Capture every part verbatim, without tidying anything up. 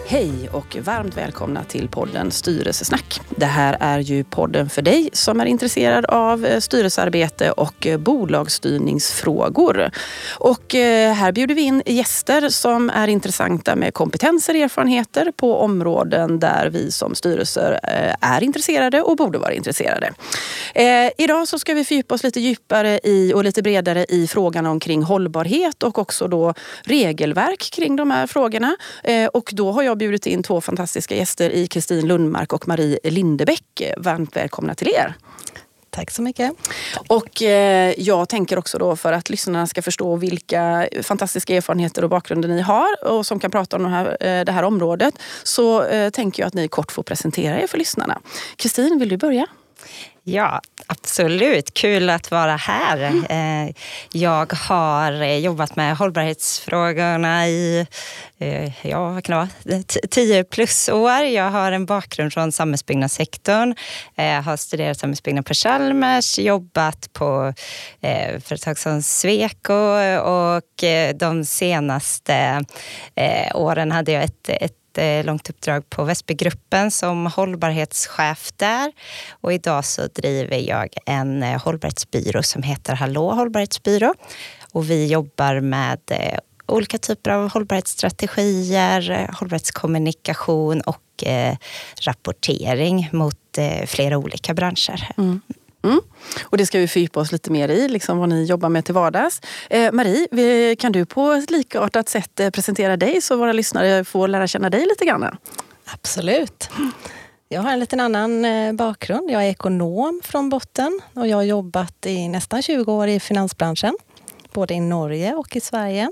Hej och varmt välkomna till podden Styrelsesnack. Det här är ju podden för dig som är intresserad av styrelsearbete och bolagsstyrningsfrågor. Och här bjuder vi in gäster som är intressanta med kompetenser och erfarenheter på områden där vi som styrelser är intresserade och borde vara intresserade. Idag så ska vi fördjupa oss lite djupare i och lite bredare i frågan omkring hållbarhet och också då regelverk kring de här frågorna. Och då har jag bjudit in två fantastiska gäster i Kristin Lundmark och Marie Lindebäck. Varmt välkomna till er. Tack så mycket. Och eh, jag tänker också då för att lyssnarna ska förstå vilka fantastiska erfarenheter och bakgrunder ni har och som kan prata om det här, eh, det här området, så eh, tänker jag att ni kort får presentera er för lyssnarna. Kristin, vill du börja? Ja, absolut. Kul att vara här. Mm. Jag har jobbat med hållbarhetsfrågorna i ja, vad kan det vara? tio plus år. Jag har en bakgrund från samhällsbyggnadssektorn. Jag har studerat samhällsbyggnad på Chalmers, jobbat på företag som Sweco och de senaste åren hade jag ett, ett långt uppdrag på Väsbygruppen som hållbarhetschef där. Och idag så driver jag en hållbarhetsbyrå som heter Hallå hållbarhetsbyrå. Och vi jobbar med olika typer av hållbarhetsstrategier, hållbarhetskommunikation och eh, rapportering mot eh, flera olika branscher. Mm. Mm. Och det ska vi fördjupa oss lite mer i, liksom vad ni jobbar med till vardags. Eh, Marie, vi, kan du på ett likartat sätt eh, presentera dig så våra lyssnare får lära känna dig lite grann? Absolut. Jag har en liten annan eh, bakgrund. Jag är ekonom från botten och jag har jobbat i nästan tjugo år i finansbranschen, både i Norge och i Sverige.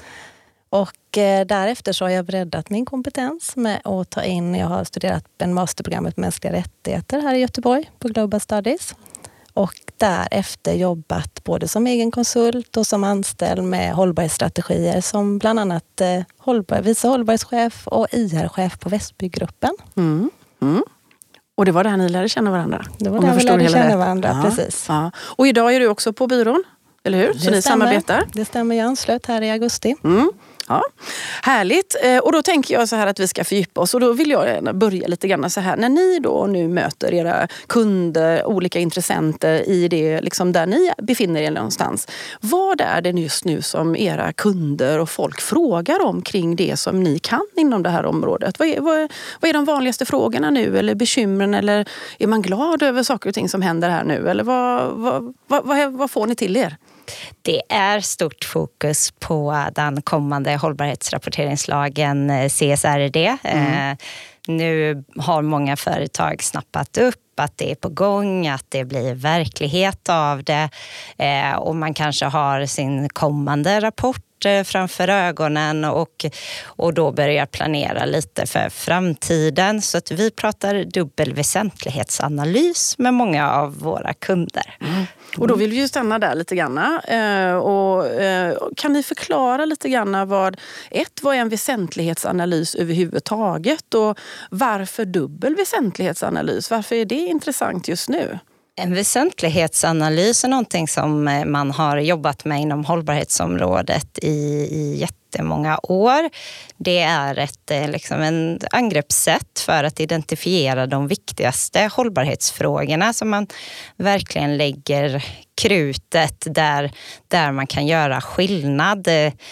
Och eh, därefter så har jag breddat min kompetens med att ta in, jag har studerat en masterprogram på mänskliga rättigheter här i Göteborg på Global Studies. Och därefter jobbat både som egen konsult och som anställd med hållbarhetsstrategier som bland annat eh, hållbar, vice hållbarhetschef och I R-chef på Väsbygruppen. Mm. Mm. Och det var där ni lärde känna varandra? Det var där vi lärde känna rätt. varandra, ja, precis. Ja. Och idag är du också på byrån, eller hur? Så det ni stämmer. samarbetar? Det stämmer, jag anslöt här i augusti. Mm. Ja, härligt. Och då tänker jag så här att vi ska fördjupa oss och då vill jag börja lite grann så här. När ni då nu möter era kunder, olika intressenter i det liksom där ni befinner er någonstans. Vad är det just nu som era kunder och folk frågar om kring det som ni kan inom det här området? Vad är, vad, vad är de vanligaste frågorna nu eller bekymren eller är man glad över saker och ting som händer här nu? Eller vad, vad, vad, vad, vad får ni till er? Det är stort fokus på den kommande hållbarhetsrapporteringslagen C S R D. Mm. Eh, nu har många företag snappat upp att det är på gång, att det blir verklighet av det. Eh, och man kanske har sin kommande rapport framför ögonen och, och då börjar planera lite för framtiden. Så att vi pratar dubbel väsentlighetsanalys med många av våra kunder. Mm. Och då vill vi ju stanna där lite grann. Eh, och, eh, kan ni förklara lite grann vad, ett, vad är en väsentlighetsanalys överhuvudtaget och varför dubbel väsentlighetsanalys? Varför är det intressant just nu? En väsentlighetsanalys är någonting som man har jobbat med inom hållbarhetsområdet i, i jättemånga år. Det är ett liksom en angreppssätt för att identifiera de viktigaste hållbarhetsfrågorna som man verkligen lägger krutet där, där man kan göra skillnad.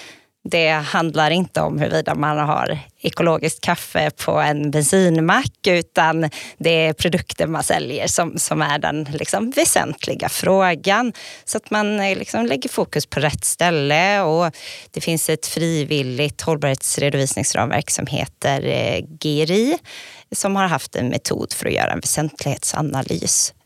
Det handlar inte om huruvida man har ekologiskt kaffe på en bensinmack utan det är produkter man säljer som, som är den liksom väsentliga frågan. Så att man liksom lägger fokus på rätt ställe och det finns ett frivilligt hållbarhetsredovisningsramverk som heter G R I som har haft en metod för att göra en väsentlighetsanalys.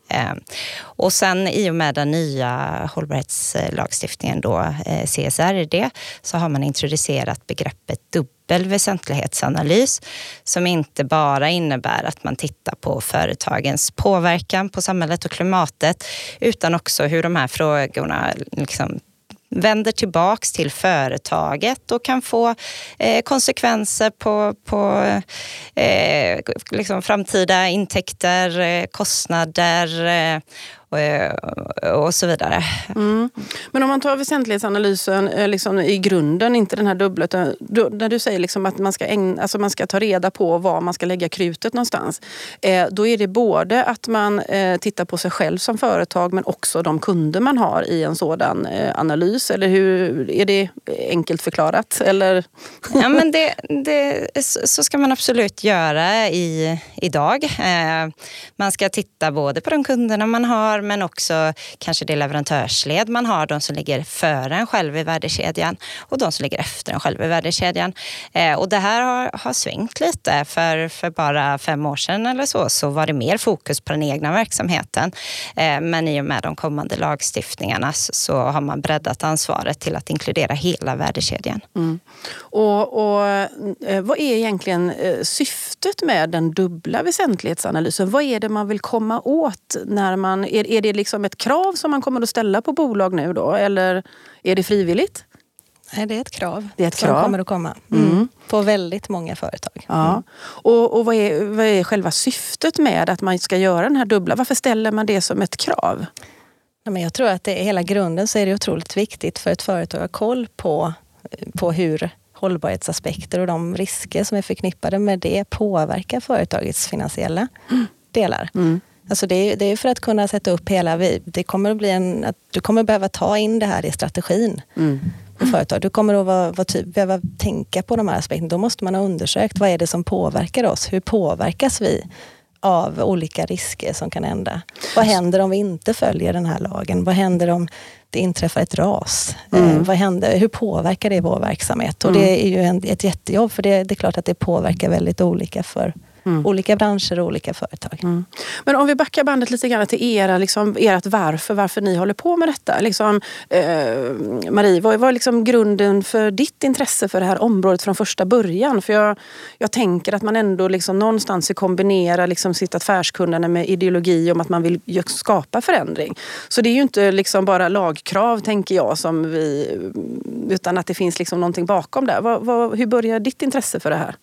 Och sen i och med den nya hållbarhetslagstiftningen då, C S R D, så har man introducerat begreppet dubbel väsentlighetsanalys som inte bara innebär att man tittar på företagens påverkan på samhället och klimatet utan också hur de här frågorna liksom vänder tillbaks till företaget och kan få eh, konsekvenser på, på eh, liksom framtida intäkter, eh, kostnader eh, och, och så vidare. Mm. Men om man tar väsentlighetsanalysen liksom i grunden, inte den här dubbla, utan då, när du säger liksom att man ska, ägna, alltså man ska ta reda på var man ska lägga krutet någonstans, eh, då är det både att man eh, tittar på sig själv som företag men också de kunder man har i en sådan eh, analys, eller hur, är det enkelt förklarat? Eller? Ja, men det, det, så ska man absolut göra i, idag. Eh, man ska titta både på de kunderna man har men också kanske det leverantörsled man har, de som ligger före en själv i värdekedjan och de som ligger efter en själv i värdekedjan. Eh, och det här har, har svängt lite. För, för bara fem år sedan eller så så var det mer fokus på den egna verksamheten. Eh, men i och med de kommande lagstiftningarna så, så har man breddat ansvaret till att inkludera hela värdekedjan. Mm. Och, och eh, vad är egentligen eh, syftet med den dubbla väsentlighetsanalysen? Vad är det man vill komma åt när man, är, är det liksom ett krav som man kommer att ställa på bolag nu då? Eller är det frivilligt? Nej, det är ett krav, det är ett som krav. kommer att komma mm. Mm. på väldigt många företag. Ja. Mm. Och, och vad, är, vad är själva syftet med att man ska göra den här dubbla? Varför ställer man det som ett krav? Ja, men jag tror att det, hela grunden så är det otroligt viktigt för ett företag att ha koll på, på hur hållbarhetsaspekter och de risker som är förknippade med det påverkar företagets finansiella mm. delar. Mm. Alltså det, det är för att kunna sätta upp hela, det kommer att bli en, att du kommer behöva ta in det här i strategin mm. för företag. Du kommer att vara, vara typ, behöva tänka på de här aspekterna. Då måste man ha undersökt vad är det som påverkar oss? Hur påverkas vi av olika risker som kan hända? Vad händer om vi inte följer den här lagen? Vad händer om det inträffar ett ras? Mm. Eh, vad händer, hur påverkar det vår verksamhet? Och mm. det är ju en, ett jättejobb, för det, det är klart att det påverkar väldigt olika för Mm. olika branscher och olika företag. Mm. Men om vi backar bandet lite grann till era, liksom, ert varför, varför ni håller på med detta. Liksom, eh, Marie, vad var liksom grunden för ditt intresse för det här området från första början? För jag, jag tänker att man ändå liksom någonstans kombinerar liksom sitt affärskunnande med ideologi om att man vill skapa förändring. Så det är ju inte liksom bara lagkrav, tänker jag, som vi, utan att det finns liksom någonting bakom där. Vad, vad, hur börjar ditt intresse för det här?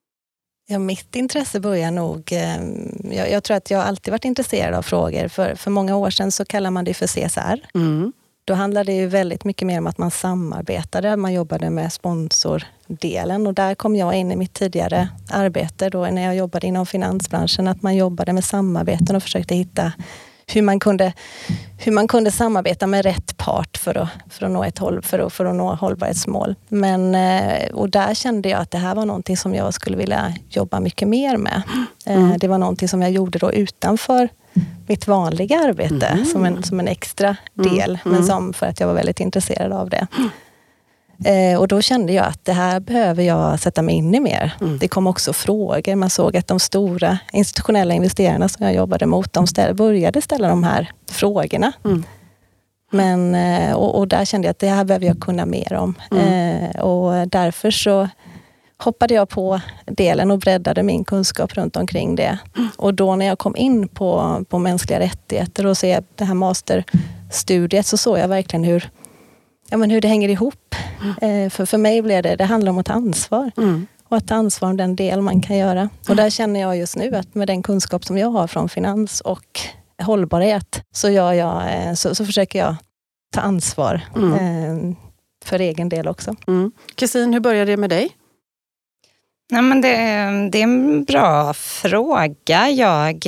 Ja, mitt intresse börjar nog... Eh, jag, jag tror att jag alltid varit intresserad av frågor. För, för många år sedan så kallar man det för C S R. Mm. Då handlade det ju väldigt mycket mer om att man samarbetade. Man jobbade med sponsordelen. Och där kom jag in i mitt tidigare arbete då när jag jobbade inom finansbranschen. Att man jobbade med samarbeten och försökte hitta hur man kunde, hur man kunde samarbeta med rätt part för att, för att, nå, ett håll, för att, för att nå hållbarhetsmål. Men, och där kände jag att det här var någonting som jag skulle vilja jobba mycket mer med. Mm. Det var någonting som jag gjorde då utanför mitt vanliga arbete mm. som, en, som en extra del, mm. men som för att jag var väldigt intresserad av det. Eh, och då kände jag att det här behöver jag sätta mig in i mer. Mm. Det kom också frågor. Man såg att de stora institutionella investerarna som jag jobbade mot, de ställ, började ställa de här frågorna. Mm. Men, eh, och, och där kände jag att det här behöver jag kunna mer om. Mm. Eh, och därför så hoppade jag på delen och breddade min kunskap runt omkring det. Mm. Och då när jag kom in på, på mänskliga rättigheter och se det här masterstudiet, så såg jag verkligen hur Ja, men hur det hänger ihop. Mm. Eh, för, för mig blev det, det handlar om att ta ansvar. Mm. Och att ta ansvar om den del man kan göra. Och där känner jag just nu att med den kunskap som jag har från finans och hållbarhet så, gör jag, eh, så, så försöker jag ta ansvar mm. eh, för egen del också. Kristin, mm. hur började det med dig? Nej, men det, det är en bra fråga. Jag,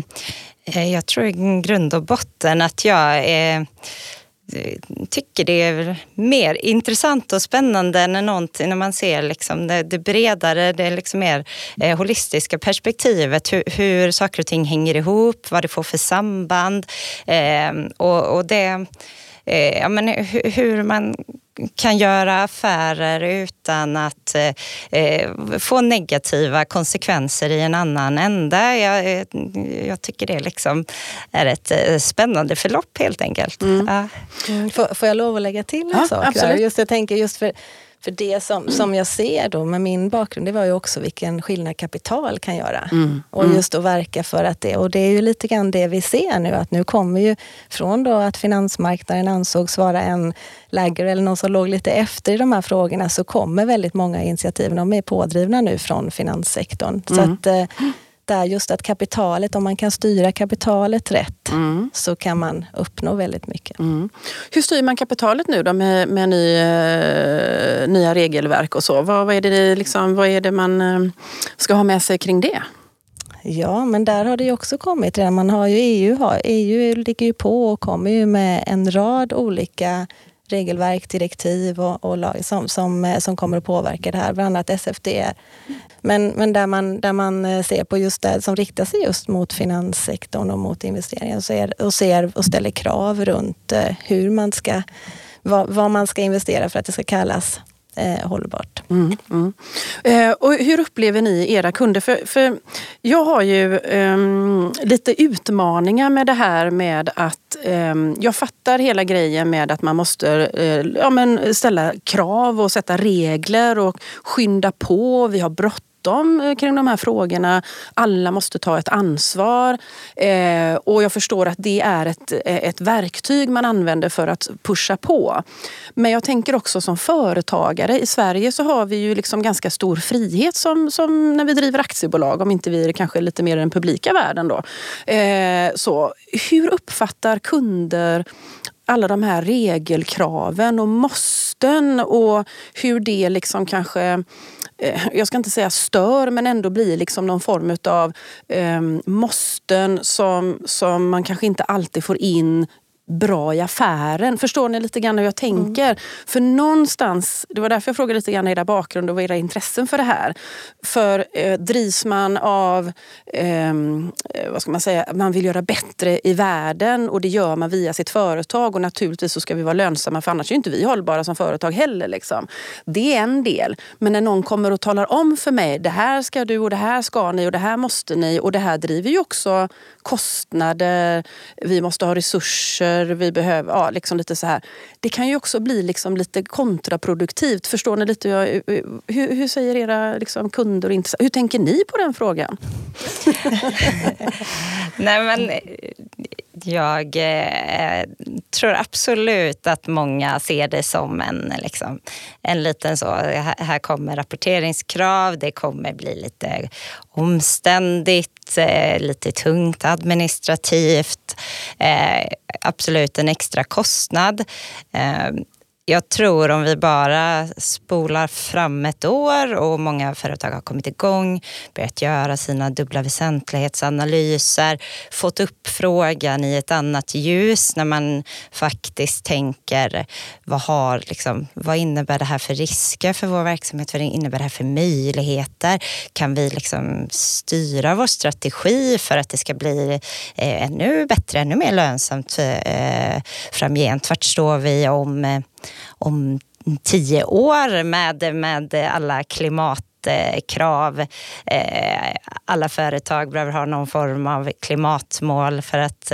eh, jag tror i grund och botten att jag är... tycker det är mer intressant och spännande när, någonting, när man ser liksom det, det bredare, det liksom mer eh, holistiska perspektivet, hur, hur saker och ting hänger ihop, vad det får för samband eh, och, och det, eh, ja, men hur, hur man kan göra affärer utan att eh, få negativa konsekvenser i en annan ända. Jag, jag tycker det liksom är ett eh, spännande förlopp helt enkelt. Mm. Ja. Mm. Får, får jag lov att lägga till en ja, sak? Absolut. Just, jag tänker just för För det som, som jag ser då med min bakgrund, det var ju också vilken skillnad kapital kan göra. Mm. Och just att verka för att det, och det är ju lite grann det vi ser nu, att nu kommer ju från då att finansmarknaden ansågs vara en lägger eller någon som låg lite efter i de här frågorna, så kommer väldigt många initiativ, de är pådrivna nu från finanssektorn. Mm. Så att där just att kapitalet, om man kan styra kapitalet rätt, mm. så kan man uppnå väldigt mycket. Mm. Hur styr man kapitalet nu då med, med ny, uh, nya regelverk och så? Vad, vad, är det liksom, vad är det man uh, ska ha med sig kring det? Ja, men där har det ju också kommit redan. Man har ju E U, har, E U ligger ju på och kommer ju med en rad olika regelverk, direktiv och, och lag som, som, som kommer att påverka det här, bland annat S F D R. Men, men där, man, där man ser på just det som riktar sig just mot finanssektorn och mot investeringar och ser och, ser och ställer krav runt hur man ska, vad, vad man ska investera för att det ska kallas Eh, hållbart. Mm, mm. Eh, och hur upplever ni era kunder? För, för jag har ju eh, lite utmaningar med det här med att eh, jag fattar hela grejen med att man måste eh, ja, men ställa krav och sätta regler och skynda på. Vi har bråttom kring de här frågorna. Alla måste ta ett ansvar. Eh, och jag förstår att det är ett, ett verktyg man använder för att pusha på. Men jag tänker också som företagare. I Sverige så har vi ju liksom ganska stor frihet som, som när vi driver aktiebolag. Om inte vi är kanske lite mer i den publika världen då. Eh, så hur uppfattar kunder alla de här regelkraven och måsten och hur det liksom kanske, jag ska inte säga stör, men ändå blir liksom någon form av eh, måsten som, som man kanske inte alltid får in bra i affären. Förstår ni lite grann hur jag tänker? Mm. För någonstans, det var därför jag frågade lite grann era bakgrund och era intressen för det här. För eh, drivs man av, eh, vad ska man säga, man vill göra bättre i världen och det gör man via sitt företag och naturligtvis så ska vi vara lönsamma för annars är ju inte vi hållbara som företag heller. Liksom. Det är en del. Men när någon kommer och talar om för mig, det här ska du och det här ska ni och det här måste ni och det här driver ju också kostnader, vi måste ha resurser, vi behöver, ja, liksom lite så här. Det kan ju också bli liksom lite kontraproduktivt. Förstår ni lite hur, hur, hur säger era liksom kunder och intressenter? Hur tänker ni på den frågan? Nej, men jag eh, tror absolut att många ser det som en, liksom, en liten så, här, här kommer rapporteringskrav, det kommer bli lite omständigt, eh, lite tungt administrativt, eh, absolut en extra kostnad. Eh, Jag tror om vi bara spolar fram ett år och många företag har kommit igång, börjat göra sina dubbla väsentlighetsanalyser, fått upp frågan i ett annat ljus när man faktiskt tänker vad, har, liksom, vad innebär det här för risker för vår verksamhet, vad innebär det här för möjligheter? Kan vi liksom styra vår strategi för att det ska bli eh, ännu bättre, ännu mer lönsamt eh, framgent? Vart står vi om... Eh, om tio år med, med alla klimatkrav. Alla företag behöver ha någon form av klimatmål för att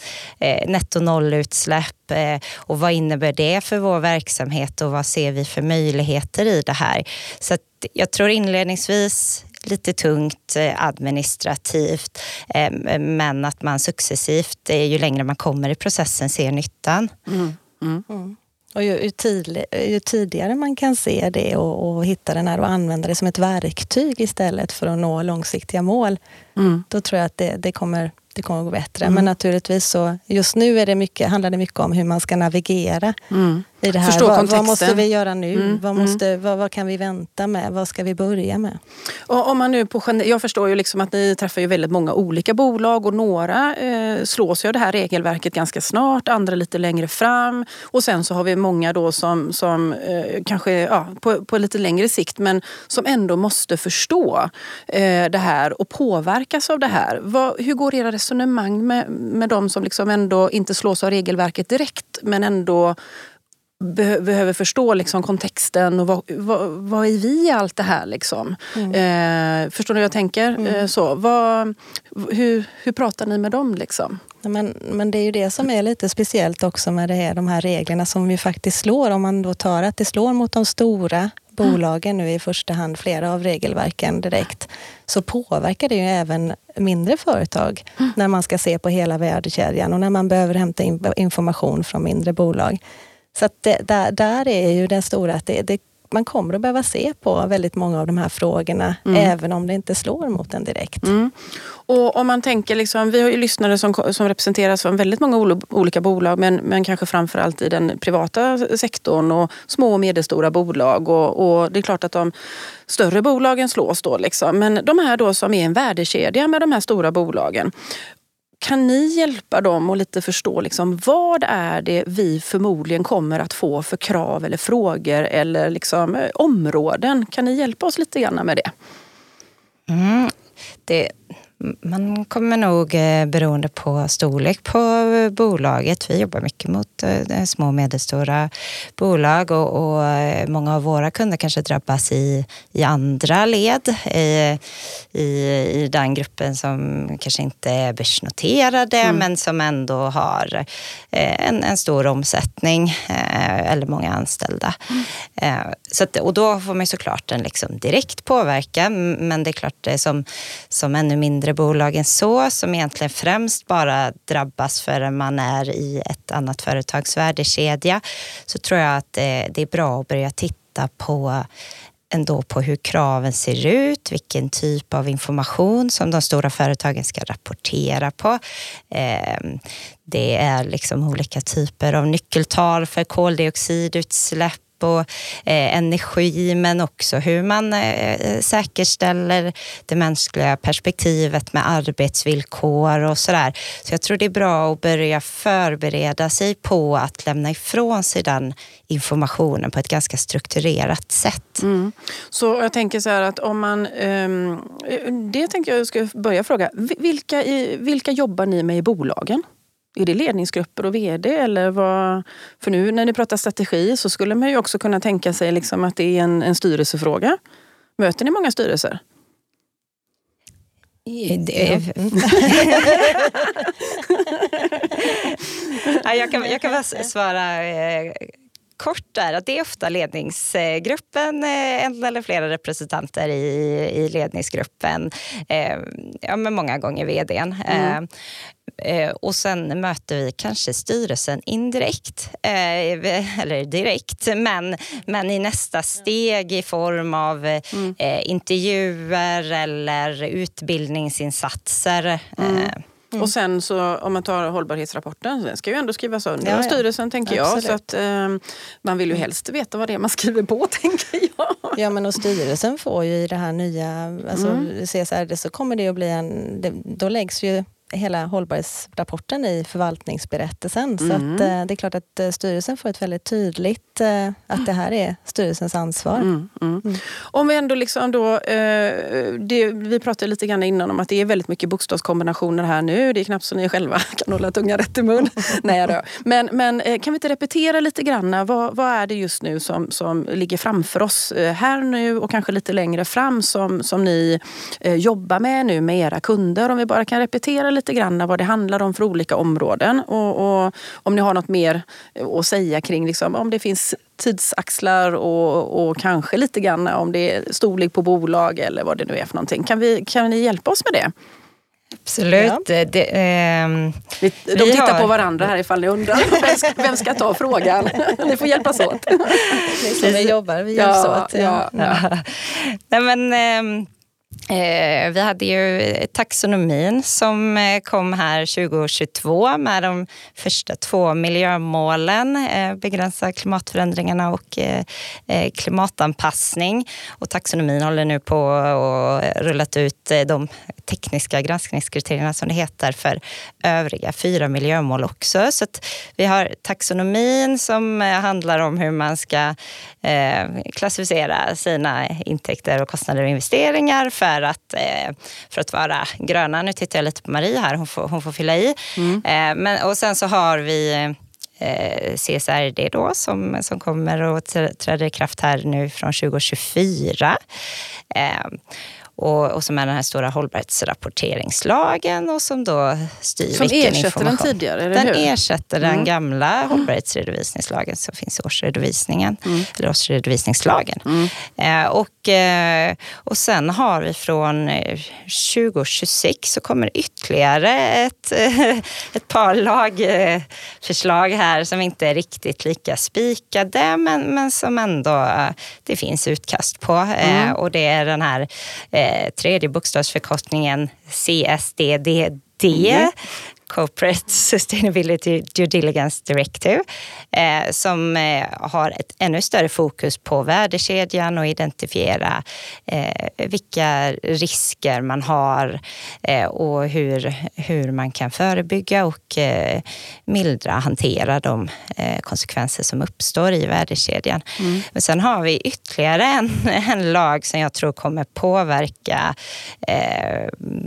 netto nollutsläpp. Och vad innebär det för vår verksamhet och vad ser vi för möjligheter i det här? Så att jag tror inledningsvis lite tungt administrativt, men att man successivt, ju längre man kommer i processen, ser nyttan. Mm. Mm. Mm. Och ju, ju, tidlig, ju tidigare man kan se det och, och hitta den här och använda det som ett verktyg istället för att nå långsiktiga mål, mm. då tror jag att det, det, kommer, det kommer gå bättre. Mm. Men naturligtvis så, just nu är det mycket, handlar det mycket om hur man ska navigera mm. i det här. Förstå vad, kontexten. Vad måste vi göra nu? Mm. Vad, måste, mm. vad, vad kan vi vänta med? Vad ska vi börja med? Och om man nu på, jag förstår ju liksom att ni träffar ju väldigt många olika bolag och några eh, slås ju av det här regelverket ganska snart, andra lite längre fram och sen så har vi många då som, som eh, kanske ja, på, på lite längre sikt men som ändå måste förstå eh, det här och påverkas av det här. Vad, hur går era resonemang med, med de som liksom ändå inte slås av regelverket direkt men ändå be- behöver förstå liksom kontexten och vad, vad, vad är vi i allt det här liksom? Mm. Eh, förstår ni vad jag tänker? Mm. Eh, så, vad, hur, hur pratar ni med dem liksom? Men, men det är ju det som är lite speciellt också med det här, de här reglerna som vi faktiskt slår. Om man då tar att det slår mot de stora bolagen nu i första hand, flera av regelverken direkt, så påverkar det ju även mindre företag mm. när man ska se på hela värdekedjan och när man behöver hämta in information från mindre bolag. Så att det, där, där är ju det stora att det, det man kommer att behöva se på väldigt många av de här frågorna, mm. även om det inte slår mot en direkt. Mm. Och om man tänker, liksom, vi har ju lyssnare som, som representeras från väldigt många ol- olika bolag, men, men kanske framförallt i den privata sektorn och små och medelstora bolag. Och, och det är klart att de större bolagen slås då, liksom. Men de här då som är en värdekedja med de här stora bolagen, kan ni hjälpa dem att lite förstå liksom, vad är det vi förmodligen kommer att få för krav eller frågor eller liksom, eh, områden? Kan ni hjälpa oss lite grann med det? Mm, det... Man kommer nog, beroende på storlek på bolaget, vi jobbar mycket mot små och medelstora bolag och, och många av våra kunder kanske drabbas i, i andra led i, i, i den gruppen som kanske inte är börsnoterade mm. men som ändå har en, en stor omsättning eller många anställda. Mm. Så att, och då får man såklart en liksom direkt påverkan, men det är klart det som, som ännu mindre bolagen så, som egentligen främst bara drabbas för man är i ett annat företags värdekedja, så tror jag att det, det är bra att börja titta på ändå på hur kraven ser ut, vilken typ av information som de stora företagen ska rapportera på. Det är liksom olika typer av nyckeltal för koldioxidutsläpp och eh, energi, men också hur man eh, säkerställer det mänskliga perspektivet med arbetsvillkor och sådär. Så jag tror det är bra att börja förbereda sig på att lämna ifrån sig den informationen på ett ganska strukturerat sätt. Mm. Så jag tänker så här att om man, um, det tänker jag ska börja fråga, vilka, vilka jobbar ni med i bolagen? Är det ledningsgrupper och vd eller vad? För nu när ni pratar strategi så skulle man ju också kunna tänka sig liksom att det är en, en styrelsefråga. Möter ni många styrelser? Det... ja, jag, kan, jag kan bara svara eh, kort där att det är ofta ledningsgruppen, eh, en eller flera representanter i, i ledningsgruppen. Eh, ja, men många gånger vdn. Mm. Eh, Eh, och sen möter vi kanske styrelsen indirekt, eh, eller direkt, men, men i nästa steg i form av mm. eh, intervjuer eller utbildningsinsatser. Mm. Eh. Mm. Och sen så om man tar hållbarhetsrapporten, den ska ju ändå skrivas under av styrelsen, ja. tänker jag. Så att eh, man vill ju helst veta vad det är man skriver på, tänker jag. Ja, men och styrelsen får ju i det här nya, alltså mm. C S R, så kommer det att bli en, det, då läggs ju hela hållbarhetsrapporten i förvaltningsberättelsen. Mm. Så att, eh, det är klart att eh, styrelsen får ett väldigt tydligt eh, att det här är styrelsens ansvar. Mm. Mm. Mm. Om vi ändå liksom då, eh, det, vi pratade lite grann innan om att det är väldigt mycket bokstavskombinationer här nu. Det är knappt så ni själva kan hålla tungan rätt i mun. Nej då. Men, men eh, kan vi inte repetera lite grann, vad, vad är det just nu som, som ligger framför oss eh, här nu och kanske lite längre fram som, som ni eh, jobbar med nu med era kunder? Om vi bara kan repetera lite lite grann vad det handlar om för olika områden och, och om ni har något mer att säga kring liksom, om det finns tidsaxlar och, och kanske lite grann om det är storlek på bolag eller vad det nu är för någonting. Kan, vi, kan ni hjälpa oss med det? Absolut. Ja. Det, eh, vi, de vi tittar har... på varandra här ifall ni undrar. Vem ska, vem ska ta frågan? Ni får hjälpas åt. Det är som vi jobbar, vi hjälps ja, åt. Ja. Ja. Ja. Nej, men... Eh, Eh, vi hade ju taxonomin som kom här tjugo tjugotvå med de första två miljömålen, eh, begränsa klimatförändringarna och eh, klimatanpassning. Och taxonomin håller nu på att rullat ut de tekniska granskningskriterierna som det heter för övriga fyra miljömål också. Så att vi har taxonomin som handlar om hur man ska eh, klassificera sina intäkter och kostnader och investeringar för att, eh, för att vara gröna. Nu tittar jag lite på Marie här, hon får, hon får fylla i. Mm. Eh, men, och sen så har vi eh, C S R D då som, som kommer att träda i kraft här nu från tjugo tjugofyra. Eh, och, och som är den här stora hållbarhetsrapporteringslagen och som då styr som vilken ersätter information. den tidigare, eller den hur? ersätter Mm. den gamla hållbarhetsredovisningslagen som finns i årsredovisningen, Mm. eller årsredovisningslagen. Mm. Eh, och, eh, och sen har vi från eh, tjugo tjugosex så kommer ytterligare ett, eh, ett par lagförslag här som inte är riktigt lika spikade, men, men som ändå eh, det finns utkast på. Eh, Mm. och det är den här eh, tredje bokstavsförkortningen C S D D D, mm. Corporate Sustainability Due Diligence Directive, eh, som eh, har ett ännu större fokus på värdekedjan och identifiera eh, vilka risker man har eh, och hur, hur man kan förebygga och eh, mildra, hantera de eh, konsekvenser som uppstår i värdekedjan. Mm. Men sen har vi ytterligare en, en lag som jag tror kommer påverka eh,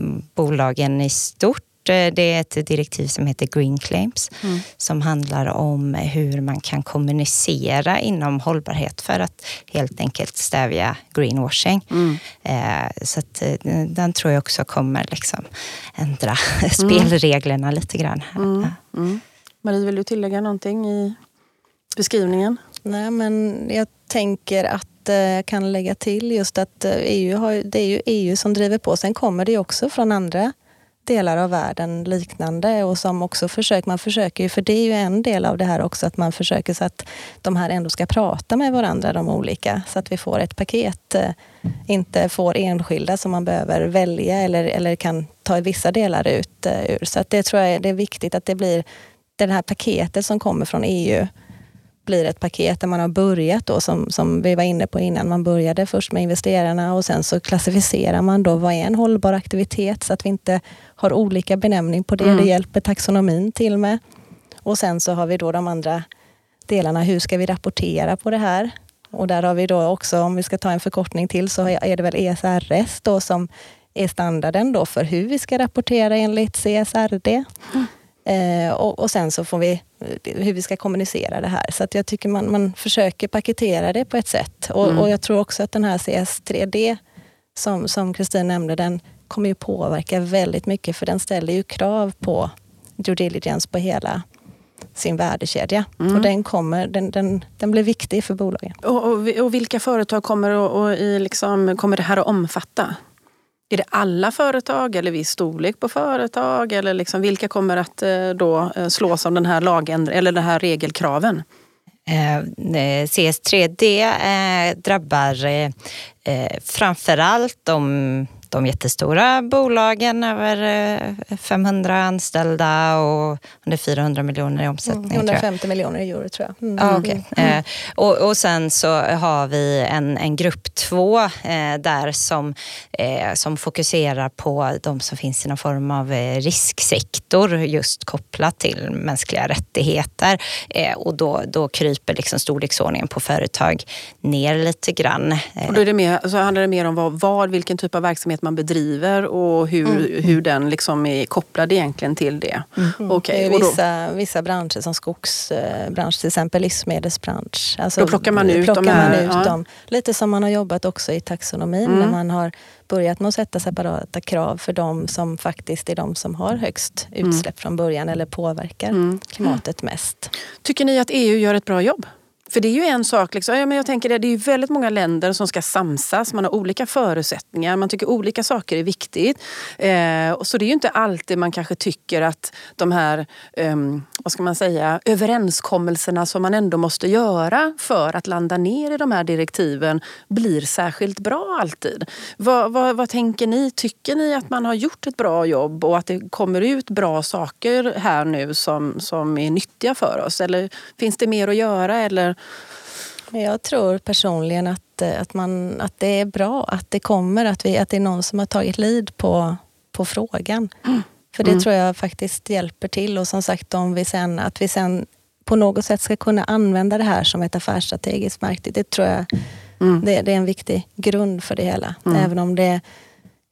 bolagen i stort. Det är ett direktiv som heter Green Claims, mm. som handlar om hur man kan kommunicera inom hållbarhet för att helt enkelt stävja greenwashing. Mm. Eh, så att, den tror jag också kommer liksom ändra mm. spelreglerna lite grann. Mm. Mm. Marie, vill du tillägga någonting i beskrivningen? Nej, men jag tänker att jag kan lägga till just att E U har, det är ju E U som driver på. Sen kommer det också från andra delar av världen liknande och som också försöker, man försöker ju, för det är ju en del av det här också, att man försöker så att de här ändå ska prata med varandra, de olika, så att vi får ett paket, inte får enskilda som man behöver välja eller, eller kan ta vissa delar ut ur. Så att det tror jag är, det är viktigt att det blir det här paketet som kommer från E U blir ett paket där man har börjat då, som, som vi var inne på innan, man började först med investerarna och sen så klassificerar man då vad är en hållbar aktivitet så att vi inte har olika benämning på det. Mm. Det hjälper taxonomin till med. Och sen så har vi då de andra delarna, hur ska vi rapportera på det här? Och där har vi då också, om vi ska ta en förkortning till, så är det väl E S R S då som är standarden då för hur vi ska rapportera enligt C S R D. Mm. Eh, och, och sen så får vi hur vi ska kommunicera det här. Så att jag tycker man, man försöker paketera det på ett sätt. Och, mm. och jag tror också att den här C S tre D som, som Kristin nämnde, den kommer ju påverka väldigt mycket, för den ställer ju krav på due diligence på hela sin värdekedja. Mm. Och den, kommer, den, den, den blir viktig för bolagen. Och, och, och vilka företag kommer, och, och i liksom, kommer det här att omfatta? Är det alla företag eller viss storlek på företag? Eller liksom, vilka kommer att då slås av den här lagen eller den här regelkraven? Eh, C S tre D eh, drabbar eh, framförallt de, de jättestora bolagen, över femhundra anställda och under fyrahundra miljoner i omsättning. Mm, hundrafemtio miljoner i euro tror jag. Mm. Ah, okay. mm. eh, och, och sen så har vi en, en grupp två eh, där som, eh, som fokuserar på de som finns i någon form av eh, risksektor just kopplat till mänskliga rättigheter. Eh, och då, då kryper liksom storleksordningen på företag ner lite grann. Eh. Och då är det mer, så handlar det mer om vad, vad, vilken typ av verksamhet man bedriver och hur, mm. hur den liksom är kopplad egentligen till det. Mm. Okay. Det är vissa, vissa branscher som skogsbransch, till exempel livsmedelsbransch. Alltså, då plockar man ut, plockar de här, man ut ja. dem. Lite som man har jobbat också i taxonomin mm. när man har börjat med att sätta separata krav för de som faktiskt är de som har högst utsläpp mm. från början eller påverkar mm. klimatet mest. Tycker ni att E U gör ett bra jobb? För det är ju en sak, liksom, ja, men jag tänker det, det är ju väldigt många länder som ska samsas, man har olika förutsättningar, man tycker olika saker är viktigt. Eh, och så det är ju inte alltid man kanske tycker att de här, eh, vad ska man säga, överenskommelserna som man ändå måste göra för att landa ner i de här direktiven blir särskilt bra alltid. Vad, vad, vad tänker ni? Tycker ni att man har gjort ett bra jobb och att det kommer ut bra saker här nu som, som är nyttiga för oss? Eller finns det mer att göra eller... Jag tror personligen att, att, man, att det är bra att det kommer, att, vi, att det är någon som har tagit lead på, på frågan. Mm. För det mm. tror jag faktiskt hjälper till. Och som sagt, om vi sen, att vi sen på något sätt ska kunna använda det här som ett affärsstrategiskt verktyg. Det tror jag mm. det, det är en viktig grund för det hela. Mm. Även om det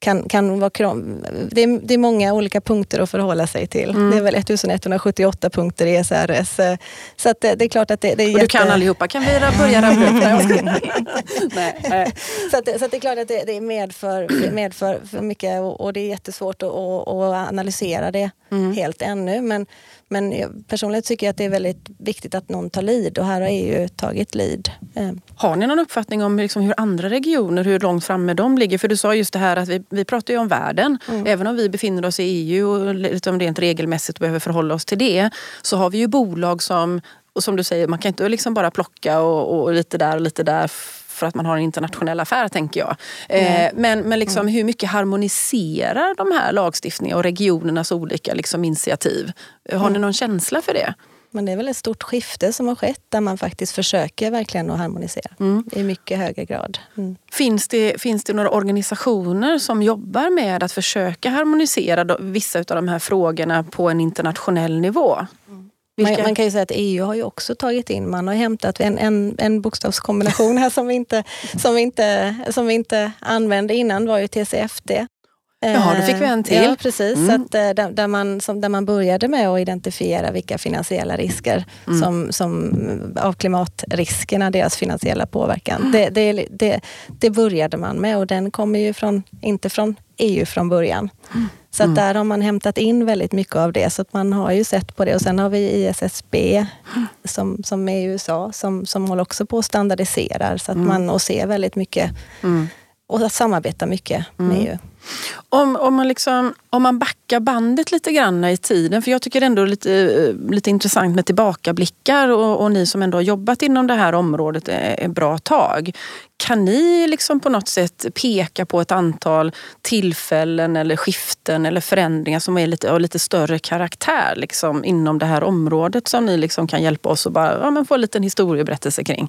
kan, kan vara krång... det, är, det är många olika punkter att förhålla sig till. Mm. Det är väl ettusenetthundrasjuttioåtta punkter i S R S. Så att det, det är klart att det, det är Och du jätte... kan allihopa, kan vi börja rabbla upp? Nej, nej. Så, att, så att det är klart att det, det medför, medför för mycket och, och det är jättesvårt att, att, att analysera det mm. helt ännu. Men, men jag personligen tycker jag att det är väldigt viktigt att någon tar lead och här har E U tagit lead. Har ni någon uppfattning om liksom hur andra regioner, hur långt framme de ligger? För du sa just det här att vi, vi pratar ju om världen. Mm. Även om vi befinner oss i E U och liksom rent regelmässigt behöver förhålla oss till det, så har vi ju bolag som, och som du säger, man kan inte liksom bara plocka och, och lite där och lite där för att man har en internationell affär, tänker jag. Mm. Eh, men men liksom, mm. hur mycket harmoniserar de här lagstiftningarna och regionernas olika liksom, initiativ? Har mm. ni någon känsla för det? Men det är väl ett stort skifte som har skett där man faktiskt försöker verkligen att harmonisera mm. i mycket högre grad. Mm. Finns det, finns det några organisationer som jobbar med att försöka harmonisera vissa av de här frågorna på en internationell nivå? Mm. Man, man kan ju säga att E U har ju också tagit in, man har hämtat en, en, en bokstavskombination här som vi inte, som vi inte, som vi inte använde innan, var ju T C F D. Ja, då fick vi en till. Ja, precis. Mm. Så att, där, där, man, som, där man började med att identifiera vilka finansiella risker mm. som, som, av klimatriskerna, deras finansiella påverkan. Mm. Det, det, det, det började man med och den kommer ju från, inte från E U från början. Mm. Så att där har man hämtat in väldigt mycket av det. Så att man har ju sett på det. Och sen har vi I S S B mm. som, som är i U S A som, som håller också på att standardisera. Så att mm. man och ser väldigt mycket mm. och samarbetar mycket mm. med E U. Om, om, man liksom, om man backar bandet lite grann i tiden, för jag tycker ändå lite, lite intressant med tillbakablickar och, och ni som ändå har jobbat inom det här området ett bra tag. Kan ni liksom på något sätt peka på ett antal tillfällen eller skiften eller förändringar som är lite, av lite större karaktär liksom, inom det här området som ni liksom kan hjälpa oss att bara, ja, men få en liten historieberättelse kring?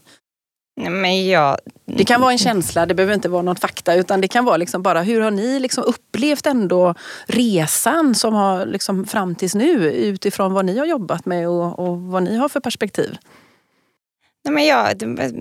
Men jag... Det kan vara en känsla, det behöver inte vara någon fakta, utan det kan vara liksom bara hur har ni liksom upplevt ändå resan som har liksom fram tills nu utifrån vad ni har jobbat med och, och vad ni har för perspektiv? Nej, men jag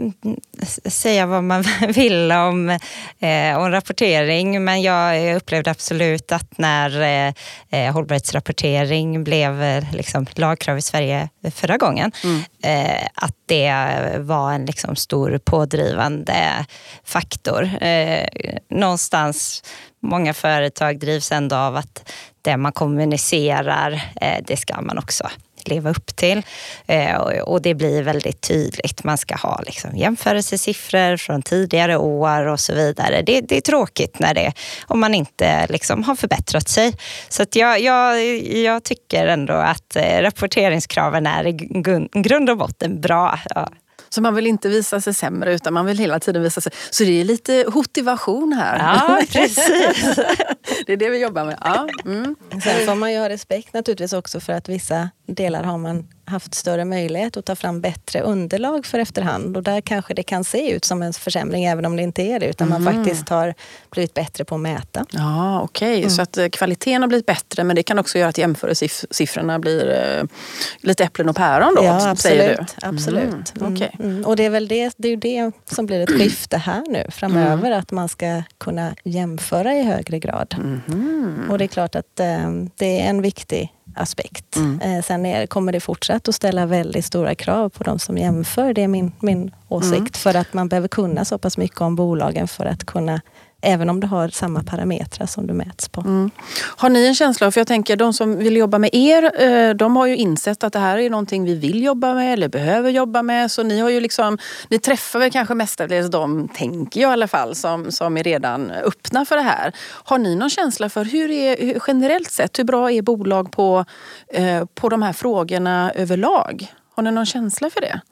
säga vad man vill om, eh, om rapportering, men jag upplevde absolut att när eh, hållbarhetsrapportering blev eh, liksom, lagkrav i Sverige förra gången, mm. eh, att det var en liksom, stor pådrivande faktor. Eh, någonstans, många företag drivs ändå av att det man kommunicerar, eh, det ska man också leva upp till. Eh, och det blir väldigt tydligt. Man ska ha liksom jämförelsesiffror från tidigare år och så vidare. Det, det är tråkigt när det, om man inte liksom har förbättrat sig. Så att jag, jag, jag tycker ändå att eh, rapporteringskraven är i grund och botten bra. Ja. Så man vill inte visa sig sämre utan man vill hela tiden visa sig. Så det är lite motivation här. Ja, precis. Det är det vi jobbar med. Ja. Mm. Sen får man ju ha respekt naturligtvis också för att vissa delar har man haft större möjlighet att ta fram bättre underlag för efterhand. Och där kanske det kan se ut som en försämring även om det inte är det. Utan mm. man faktiskt har blivit bättre på att mäta. Ja, okej. Okay. Mm. Så att kvaliteten har blivit bättre men det kan också göra att jämförelsesiffrorna blir eh, lite äpplen och päron då, ja, absolut, säger du? Absolut. Mm. Okay. Mm. Och det är väl det, det, är ju det som blir ett skifte här nu framöver. Mm. Att man ska kunna jämföra i högre grad. Mm. Och det är klart att eh, det är en viktig aspekt. Mm. Eh, sen är, kommer det fortsatt att ställa väldigt stora krav på de som jämför. Det är min, min åsikt. Mm. För att man behöver kunna så pass mycket om bolagen för att kunna, även om du har samma parametrar som du mäts på. Mm. Har ni en känsla, för jag tänker de som vill jobba med er, de har ju insett att det här är någonting vi vill jobba med eller behöver jobba med. Så ni har ju liksom, ni träffar väl kanske mestadels de, tänker jag i alla fall, som, som är redan öppna för det här. Har ni någon känsla för hur är, hur, generellt sett, hur bra är bolag på, eh, på de här frågorna överlag? Har ni någon känsla för det?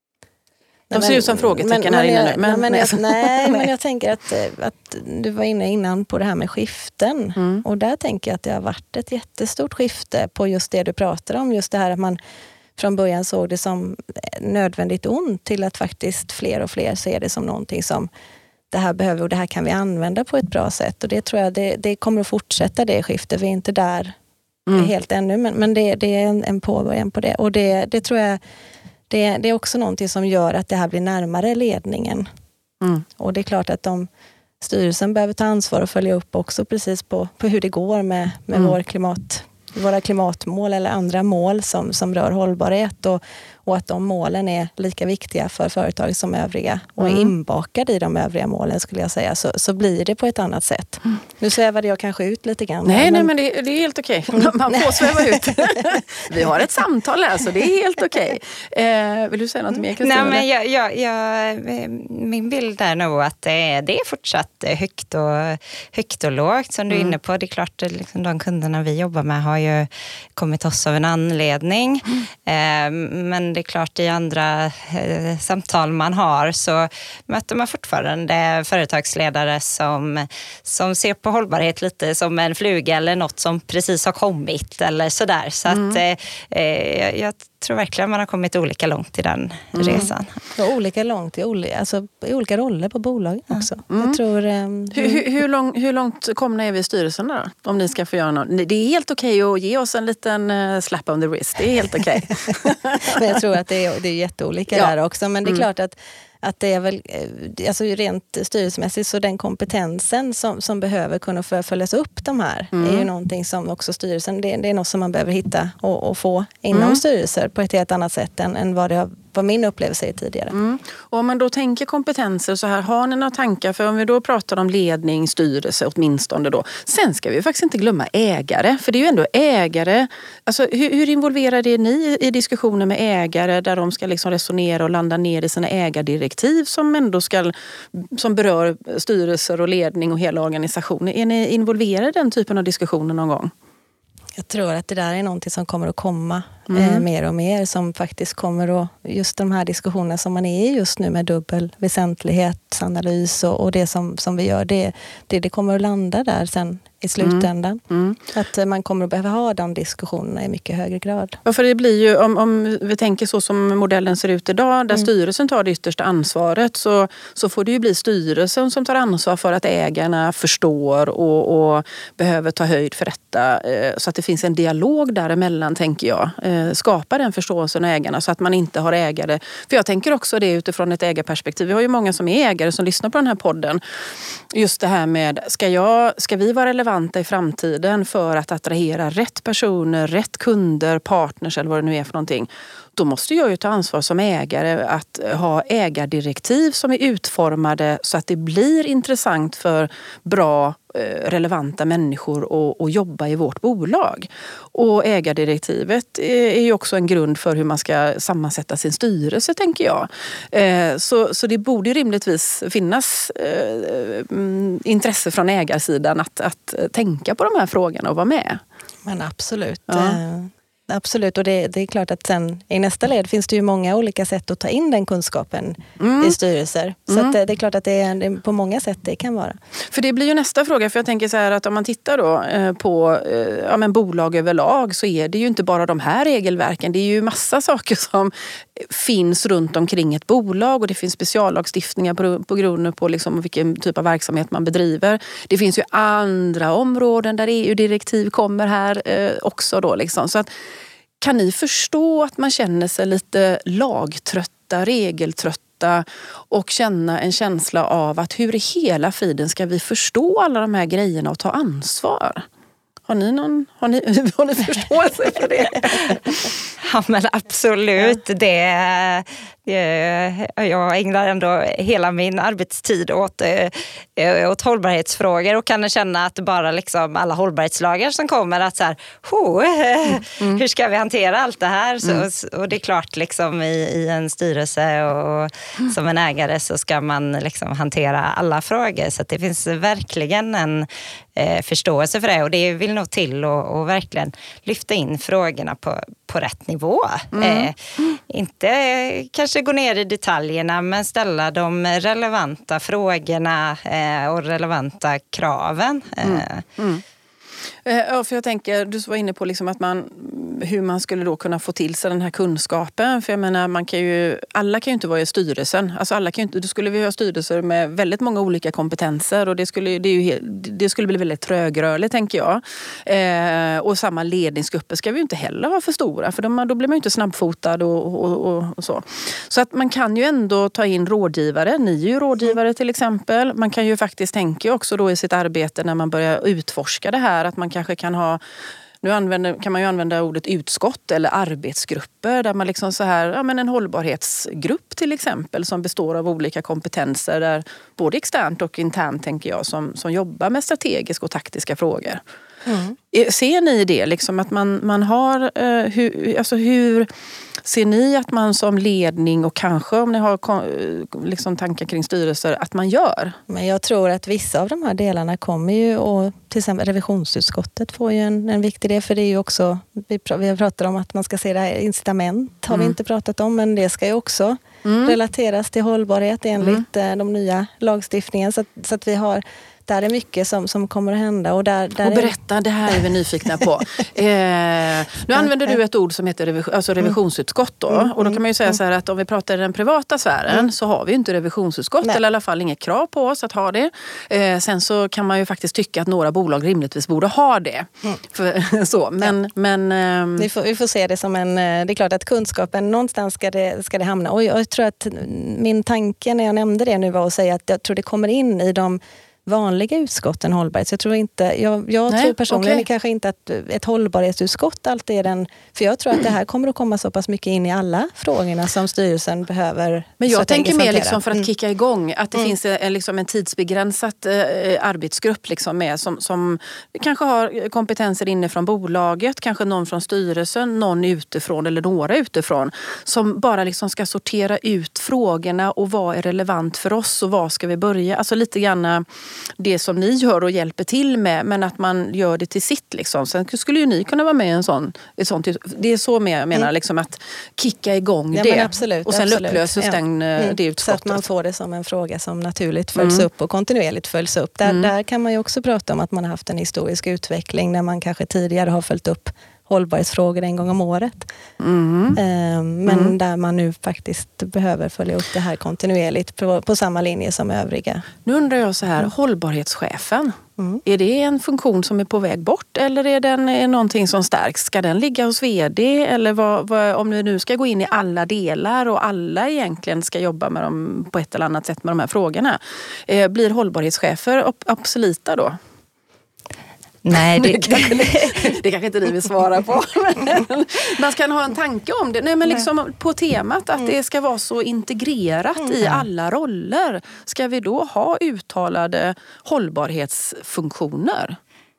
De ser ut som frågetecken här inne nu. Men, men, jag, nej, men jag tänker att, att du var inne innan på det här med skiften. Mm. Och där tänker jag att det har varit ett jättestort skifte på just det du pratar om. Just det här att man från början såg det som nödvändigt ont till att faktiskt fler och fler ser det som någonting som det här behöver och det här kan vi använda på ett bra sätt. Och det tror jag det, det kommer att fortsätta det skiftet. Vi är inte där mm. helt ännu men, men det, det är en, en påbörjan på det. Och det, det tror jag Det, det är också någonting som gör att det här blir närmare ledningen. Mm. Och det är klart att de, styrelsen behöver ta ansvar och följa upp också precis på, på hur det går med, med Mm. vår klimat, våra klimatmål eller andra mål som, som rör hållbarhet och, och att de målen är lika viktiga för företag som övriga och är Mm. inbakade i de övriga målen skulle jag säga, så, så blir det på ett annat sätt. Mm. Nu svävade jag kanske ut lite grann. Nej, men... nej men det, det är helt okej. Man får sväva ut. Vi har ett samtal här så det är helt okej. Eh, vill du säga något mer, Kristina? Nej, men jag, jag, jag, min bild är nog att det är, det är fortsatt högt och, högt och lågt som du är Mm. inne på. Det är klart att liksom de kunderna vi jobbar med har ju kommit oss av en anledning. Mm. Eh, men det är klart i andra eh, samtal man har så möter man fortfarande företagsledare som, som ser på hållbarhet lite som en fluga eller något som precis har kommit eller sådär. Så mm. att eh, jag tror verkligen man har kommit olika långt i den mm. resan. Och olika långt i, olika, alltså, i olika roller på bolagen också. Mm. Jag tror, um, hur, hur, hur, lång, hur långt komna är vi i styrelsen då? Om ni ska få göra något. Det är helt okej att ge oss en liten uh, slap on the wrist. Det är helt okej. Men jag tror att det är, det är jätteolika ja. där också. Men det är mm. klart att Att det är väl, alltså rent styrelsemässigt så den kompetensen som, som behöver kunna följas upp de här mm. är ju någonting som också styrelsen, det, det är något som man behöver hitta och, och få inom mm. styrelser på ett helt annat sätt än, än vad det har, vad min upplevelse är tidigare. Mm. Och om man då tänker kompetenser så här, har ni några tankar? För om vi då pratar om ledning, styrelse åtminstone då. Sen ska vi faktiskt inte glömma ägare, för det är ju ändå ägare. Alltså hur, hur involverade är ni i diskussioner med ägare där de ska liksom resonera och landa ner i sina ägardirektiv som ändå ska, som berör styrelser och ledning och hela organisationen? Är ni involverade i den typen av diskussioner någon gång? Jag tror att det där är någonting som kommer att komma mm. eh, mer och mer, som faktiskt kommer att, just de här diskussionerna som man är i just nu med dubbel väsentlighetsanalys och, och det som, som vi gör, det, det, det kommer att landa där sen i slutändan. Mm. Mm. Att man kommer att behöva ha de diskussionerna i mycket högre grad. Ja, för det blir ju, om, om vi tänker så som modellen ser ut idag, där mm. styrelsen tar det yttersta ansvaret, så, så får det ju bli styrelsen som tar ansvar för att ägarna förstår och, och behöver ta höjd för detta. Så att det finns en dialog däremellan, tänker jag. Skapa den förståelsen av ägarna så att man inte har ägare. För jag tänker också det utifrån ett ägarperspektiv. Vi har ju många som är ägare som lyssnar på den här podden. Just det här med, ska, jag, ska vi vara relevanta i framtiden för att attrahera rätt personer, rätt kunder, partners eller vad det nu är för någonting. Då måste jag ju ta ansvar som ägare att ha ägardirektiv som är utformade så att det blir intressant för bra, relevanta människor att, att jobba i vårt bolag. Och ägardirektivet är ju också en grund för hur man ska sammansätta sin styrelse, tänker jag. Så, så det borde ju rimligtvis finnas intresse från ägarsidan att, att tänka på de här frågorna och vara med. Men absolut. Ja. Absolut, och det, det är klart att sen i nästa led finns det ju många olika sätt att ta in den kunskapen mm. i styrelser. Så mm. att det är klart att det är, det är på många sätt det kan vara. För det blir ju nästa fråga, för jag tänker så här att om man tittar då på ja, men bolag överlag så är det ju inte bara de här regelverken. Det är ju massa saker som finns runt omkring ett bolag och det finns speciallagstiftningar på, på grund på liksom vilken typ av verksamhet man bedriver. Det finns ju andra områden där E U-direktiv kommer här eh, också då liksom. Så att kan ni förstå att man känner sig lite lagtrötta, regeltrötta och känna en känsla av att hur i hela friden ska vi förstå alla de här grejerna och ta ansvar? Har ni någon, har ni, har ni förståelse för det? Ja, men absolut. Det, jag ägnar ändå hela min arbetstid åt, åt hållbarhetsfrågor och kan känna att bara liksom alla hållbarhetslagar som kommer att så här, oh, mm. hur ska vi hantera allt det här? Så, mm. och det är klart liksom i, i en styrelse och mm. som en ägare så ska man liksom hantera alla frågor. Så att det finns verkligen en eh, förståelse för det och det vill nog till och, och verkligen lyfta in frågorna på, på rätt nivå. Mm. Eh, inte eh, kanske gå ner i detaljerna men ställa de relevanta frågorna eh, och relevanta kraven. Eh. Mm. Mm. Ja, för jag tänker, du var inne på liksom att man hur man skulle då kunna få till sig den här kunskapen. För jag menar, man kan ju, alla kan ju inte vara i styrelsen. Alltså alla kan ju inte, då skulle vi ha styrelser med väldigt många olika kompetenser och det skulle, det är ju helt, det skulle bli väldigt trögrörligt, tänker jag. Eh, och samma ledningsgrupper ska vi ju inte heller ha för stora, för de, då blir man ju inte snabbfotad och, och, och, och så. Så att man kan ju ändå ta in rådgivare. Ni är ju rådgivare till exempel. Man kan ju faktiskt tänka också då i sitt arbete när man börjar utforska det här, att man kanske kan ha, nu använder, kan man ju använda ordet utskott eller arbetsgrupper där man liksom så här, ja men en hållbarhetsgrupp till exempel som består av olika kompetenser där både externt och internt, tänker jag, som, som jobbar med strategiska och taktiska frågor. Mm. Ser ni det liksom att man, man har, eh, hur, alltså hur ser ni att man som ledning och kanske om ni har liksom tankar kring styrelser att man gör? Men jag tror att vissa av de här delarna kommer ju, och till exempel revisionsutskottet får ju en, en viktig del, för det är ju också, vi, vi har pratat om att man ska se det här, incitament har mm. vi inte pratat om, men det ska ju också mm. relateras till hållbarhet enligt mm. de nya lagstiftningen, så att, så att vi har, där är mycket som, som kommer att hända. Och, där, där och berätta, är... det här är vi nyfikna på. eh, nu använder du ett ord som heter revision, alltså revisionsutskott då. Mm. Och då kan man ju säga så här att om vi pratar i den privata sfären mm. så har vi inte revisionsutskott. Nej. Eller i alla fall inget krav på oss att ha det. Eh, sen så kan man ju faktiskt tycka att några bolag rimligtvis borde ha det. Mm. För, så, men, ja. men, ehm... vi, får, vi får se det som en... Det är klart att kunskapen, någonstans ska det, ska det hamna. Och jag tror att min tanke när jag nämnde det nu var att säga att jag tror det kommer in i de vanliga utskotten hållbarhet. Så jag tror inte, jag, jag Nej, tror personligen okay. kanske inte att ett hållbarhetsutskott alltid är den, för jag tror att det här kommer att komma så pass mycket in i alla frågorna som styrelsen behöver. Men jag tänker mer liksom för att mm. kicka igång att det mm. finns en, liksom en tidsbegränsat eh, arbetsgrupp liksom med som, som kanske har kompetenser inifrån bolaget, kanske någon från styrelsen, någon utifrån eller några utifrån som bara liksom ska sortera ut frågorna och vad är relevant för oss och vad ska vi börja, alltså lite grann det som ni gör och hjälper till med, men att man gör det till sitt liksom. Sen skulle ju ni kunna vara med i en sån, ett sånt, det är så med, jag menar mm. liksom att kicka igång ja, det absolut, och sen absolut. upplöses ja. den, mm. det utskottet. Så att man får det som en fråga som naturligt följs mm. upp och kontinuerligt följs upp. Där, mm. där kan man ju också prata om att man har haft en historisk utveckling när man kanske tidigare har följt upp hållbarhetsfrågor en gång om året. Mm. Men mm. där man nu faktiskt behöver följa upp det här kontinuerligt på, på samma linje som övriga. Nu undrar jag så här, mm. hållbarhetschefen, mm. är det en funktion som är på väg bort eller är den är någonting som stärks? Ska den ligga hos vd eller vad, vad, om ni nu ska gå in i alla delar och alla egentligen ska jobba med dem på ett eller annat sätt med de här frågorna, eh, blir hållbarhetschefer obsoleta då? Nej, det... det, kanske, det kanske inte ni vill svara på. Man kan ha en tanke om det. Nej, men liksom på temat att det ska vara så integrerat mm. i alla roller. Ska vi då ha uttalade hållbarhetsfunktioner?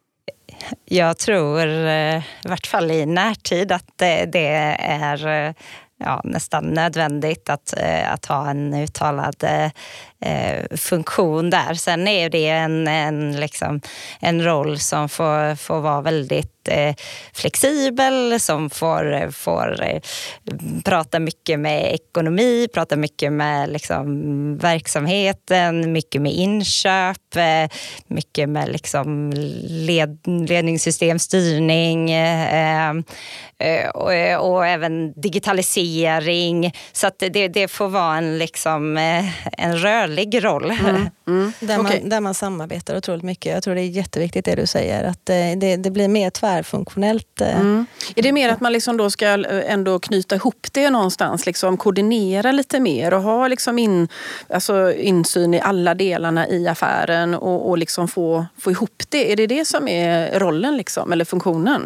Jag tror i vart fall i närtid att det, det är... Ja, nästan nödvändigt att, att ha en uttalad eh, funktion där. Sen är det en, en, liksom, en roll som får, får vara väldigt eh, flexibel, som får, får eh, prata mycket med ekonomi, prata mycket med liksom, verksamheten, mycket med inköp, eh, mycket med liksom, led, ledningssystem, styrning eh, eh, och, och även digitalisering. Så att det, det får vara en, liksom, en rörlig roll. Mm. Mm. Där, man, okay. där man samarbetar otroligt mycket. Jag tror det är jätteviktigt det du säger. Att det, det blir mer tvärfunktionellt. Mm. Är det mer att man liksom då ska ändå knyta ihop det någonstans? Liksom koordinera lite mer och ha liksom in, alltså insyn i alla delarna i affären och, och liksom få, få ihop det? Är det det som är rollen liksom, eller funktionen?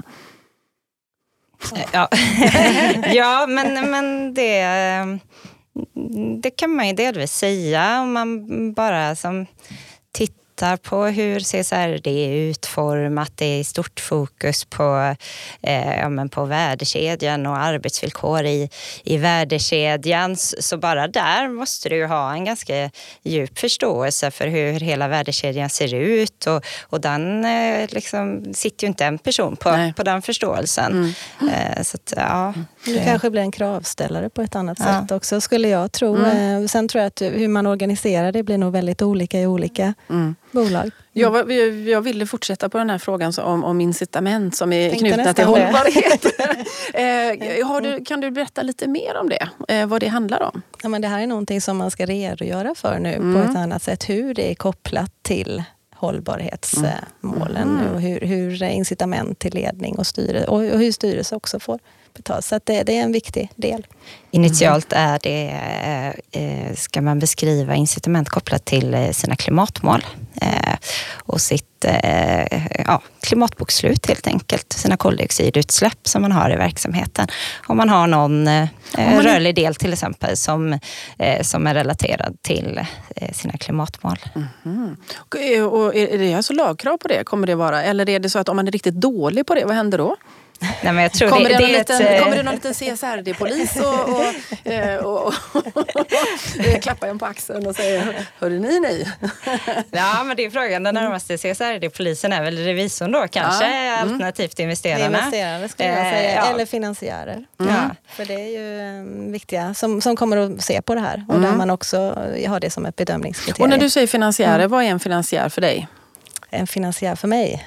Ja, ja men, men det, det kan man ju delvis säga om man bara som tittar på hur C S R D är utformat. Det är stort fokus på, eh, ja, men på värdekedjan och arbetsvillkor i, i värdekedjan. Så bara där måste du ha en ganska djup förståelse för hur hela värdekedjan ser ut. Och, och den eh, liksom, sitter ju inte en person på, på den förståelsen. Mm. Eh, så att, ja. Du kanske blir en kravställare på ett annat ja. sätt också, skulle jag tro. Mm. Sen tror jag att hur man organiserar det blir nog väldigt olika i olika mm. bolag. Mm. Jag, jag ville fortsätta på den här frågan om, om incitament som är Tänkte knutna till nästan det. hållbarhet. eh, har du, kan du berätta lite mer om det? Eh, vad det handlar om? Ja, men det här är någonting som man ska redogöra för nu Mm. på ett annat sätt. Hur det är kopplat till hållbarhetsmålen Mm. och hur, hur incitament till ledning och styre och hur styrelse också får betalt. Så att det, det är en viktig del. Initialt är det, eh, ska man beskriva incitament kopplat till eh, sina klimatmål eh, och sitt eh, ja, klimatbokslut helt enkelt. Sina koldioxidutsläpp som man har i verksamheten. Om man har någon eh, man rörlig del till exempel som, eh, som är relaterad till eh, sina klimatmål. Mm. Och är det alltså lagkrav på det? Kommer det vara? Eller är det så att om man är riktigt dålig på det, vad händer då? Nej, men jag tror kommer, det, det, det det liten, ett, kommer det någon liten C S R D-polis och, och, och, och, och klappar en på axeln och säger, hörru ni, nej. Ja, men det är frågan. Den närmaste C S R D-polisen är väl revisorn då kanske, ja. mm. alternativt investerarna. Investerare skulle jag säga, eh, ja. eller finansiärer. Mm. Ja. För det är ju um, viktiga som, som kommer att se på det här och Mm. där man också har det som ett bedömningskriterium. Och när du säger finansiärer, mm. vad är en finansiär för dig? En finansiär för mig?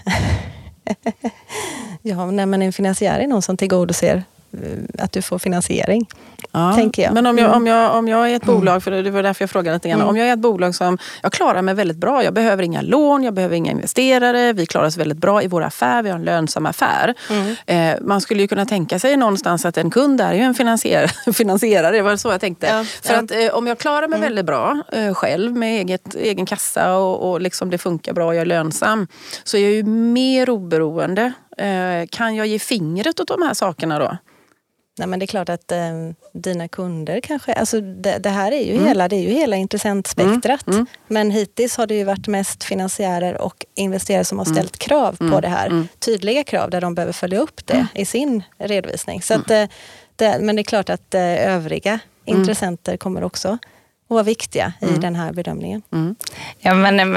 Ja, nej, men en finansiär är någon som tillgodoser att du får finansiering, ja, tänker jag. Men om jag, mm. om, jag, om jag är ett bolag, för det var därför jag frågade lite grann, Mm. om jag är ett bolag som jag klarar mig väldigt bra, jag behöver inga lån, jag behöver inga investerare, vi klarar oss väldigt bra i vår affär, vi har en lönsam affär. Mm. Eh, man skulle ju kunna tänka sig någonstans att en kund är ju en finansier, finansierare, det var så jag tänkte. Ja, för ja. att eh, om jag klarar mig mm. väldigt bra eh, själv med eget, egen kassa och, och liksom det funkar bra, jag är lönsam, så är jag ju mer oberoende. Eh, kan jag ge fingret åt de här sakerna då? Nej, men det är klart att eh, dina kunder kanske, alltså det, det här är ju mm. hela, det är ju hela intressentspektrat. Mm. Mm. Men hittills har det ju varit mest finansiärer och investerare som har ställt mm. krav på mm. det här. Mm. Tydliga krav där de behöver följa upp det mm. i sin redovisning. Så mm. att, eh, det, men det är klart att eh, övriga mm. intressenter kommer också och vara viktiga i mm. den här bedömningen. Mm. Ja, men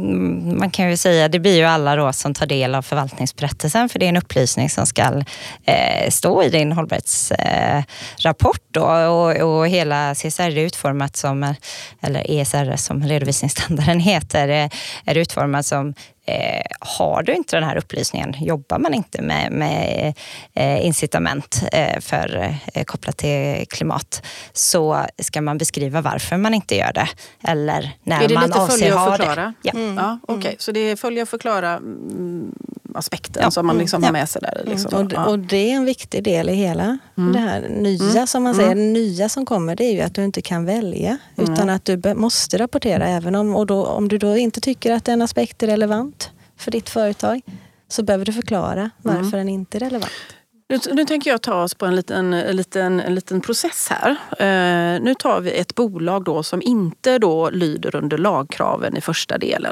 man kan ju säga, det blir ju alla då som tar del av förvaltningsberättelsen, för det är en upplysning som ska eh, stå i din hållbarhetsrapport eh, och, och, och hela C S R är utformat som, eller E S R som redovisningsstandarden heter, är, är utformat som Eh, har du inte den här upplysningen, jobbar man inte med, med eh, incitament eh, för eh, kopplat till klimat, så ska man beskriva varför man inte gör det eller när är det man lite avser ha det. Ja. Mm. Ja, okej. Okay. Så det är följa och förklara mm, aspekten ja. som man liksom mm. har med sig där. Liksom. Mm. Och, ja. och det är en viktig del i hela mm. det här nya mm. som man säger. Mm. Det nya som kommer, det är ju att du inte kan välja mm. utan att du be- måste rapportera även om, och då, om du då inte tycker att en aspekt är relevant för ditt företag, så behöver du förklara varför mm. den inte är relevant. Nu, nu tänker jag ta oss på en liten, en liten, en liten process här. Uh, nu tar vi ett bolag då som inte då lyder under lagkraven i första delen.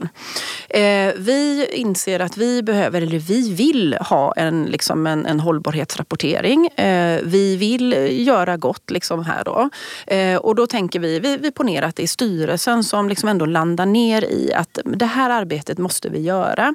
Uh, vi inser att vi behöver, eller vi vill ha en, liksom en, en hållbarhetsrapportering. Uh, vi vill göra gott liksom här då. Uh, och då tänker vi, vi, vi ponerar att det är styrelsen som liksom ändå landar ner i att det här arbetet måste vi göra.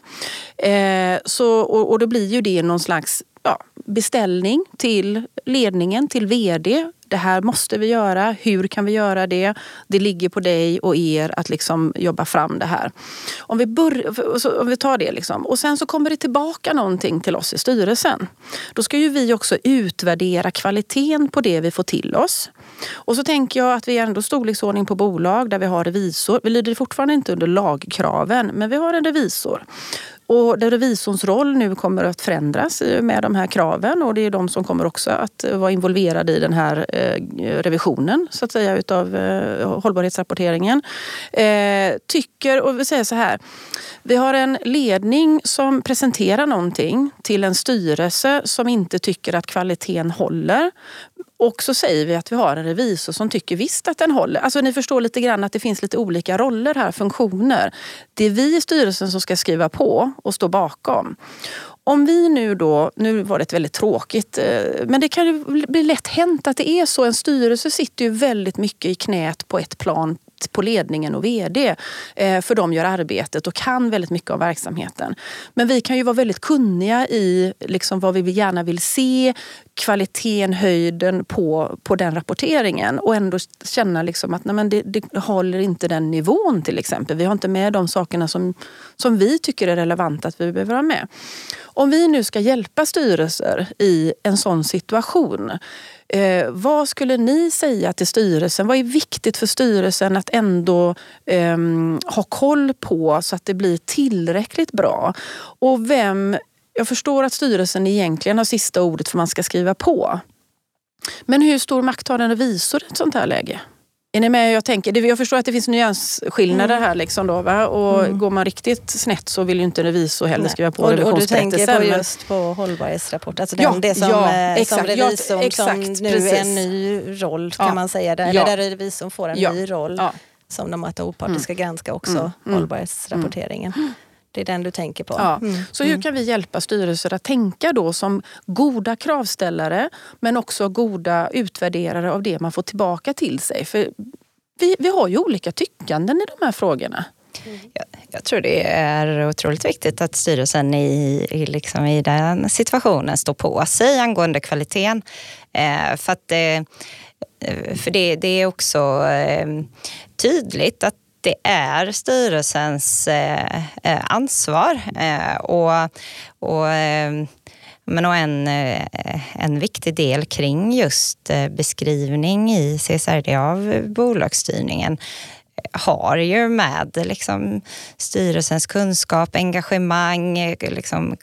Uh, så, och, och då blir ju det någon slags Ja, beställning till ledningen, till vd. Det här måste vi göra. Hur kan vi göra det? Det ligger på dig och er att liksom jobba fram det här. Om vi, bör, om vi tar det liksom. Och sen så kommer det tillbaka någonting till oss i styrelsen. Då ska ju vi också utvärdera kvaliteten på det vi får till oss. Och så tänker jag att vi är ändå storleksordning på bolag där vi har revisor. Vi lyder fortfarande inte under lagkraven, men vi har en revisor. Och där revisorns roll nu kommer att förändras med de här kraven, och det är de som kommer också att vara involverade i den här eh, revisionen så att säga utav eh, hållbarhetsrapporteringen. Eh, tycker, och vi säger så här, vi har en ledning som presenterar någonting till en styrelse som inte tycker att kvaliteten håller. Och så säger vi att vi har en revisor som tycker visst att den håller. Alltså ni förstår lite grann att det finns lite olika roller här, funktioner. Det är vi i styrelsen som ska skriva på och stå bakom. Om vi nu då, nu var det ett väldigt tråkigt, men det kan ju bli lätt hänt att det är så. En styrelse sitter ju väldigt mycket i knät på ett plan på ledningen och vd, för de gör arbetet och kan väldigt mycket av verksamheten. Men vi kan ju vara väldigt kunniga i liksom vad vi gärna vill se, kvaliteten, höjden på, på den rapporteringen och ändå känna liksom att nej, men det, det håller inte den nivån till exempel. Vi har inte med de sakerna som, som vi tycker är relevanta att vi behöver ha med. Om vi nu ska hjälpa styrelser i en sån situation, eh, vad skulle ni säga till styrelsen? Vad är viktigt för styrelsen att ändå eh, ha koll på så att det blir tillräckligt bra? Och vem, jag förstår att styrelsen egentligen har sista ordet för man ska skriva på. Men hur stor makt har en revisor i ett sånt här läge? Är ni med? Jag, tänker, jag förstår att det finns nyansskillnader här. Liksom då, va? Och mm. går man riktigt snett så vill ju inte en revisor heller skriva på revisionsberättelsen. Och du tänker på just på hållbarhetsrapport. Alltså den, ja, det som, ja, exakt, som revisorn exakt, som nu precis. är en ny roll kan ja, man säga. Där, ja. Eller där revisorn får en ja, ny roll ja. som de att opartiska mm. granska också mm. Mm. hållbarhetsrapporteringen. Mm. Det är den du tänker på. Ja. Mm. Så hur kan vi hjälpa styrelser att tänka då som goda kravställare men också goda utvärderare av det man får tillbaka till sig? För vi, vi har ju olika tyckanden i de här frågorna. Mm. Jag, jag tror det är otroligt viktigt att styrelsen i, i, liksom i den situationen står på sig angående kvaliteten. Eh, för att eh, för det, det är också eh, tydligt att det är styrelsens eh, ansvar eh, och, och, eh, men och en, eh, en viktig del kring just eh, beskrivning i C S R D av bolagsstyrningen har ju med liksom, styrelsens kunskap, engagemang, liksom,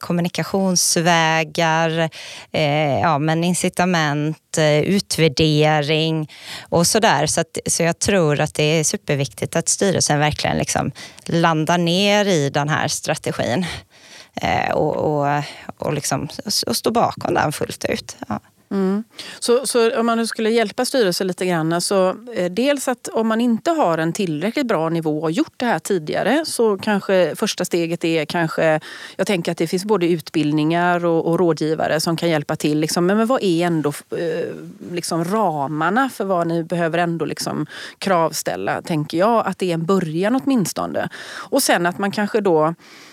kommunikationsvägar, eh, ja, men incitament, eh, utvärdering och sådär. Så, att, så jag tror att det är superviktigt att styrelsen verkligen liksom, landar ner i den här strategin eh, och, och, och, liksom, och står bakom den fullt ut. Ja. Mm. Så, så om man nu skulle hjälpa styrelsen lite grann, så eh, dels att om man inte har en tillräckligt bra nivå och gjort det här tidigare, så kanske första steget är kanske, jag tänker att det finns både utbildningar och, och rådgivare som kan hjälpa till liksom, men, men vad är ändå eh, liksom ramarna för vad ni behöver ändå liksom kravställa, tänker jag att det är en början åtminstone. Och sen att man kanske då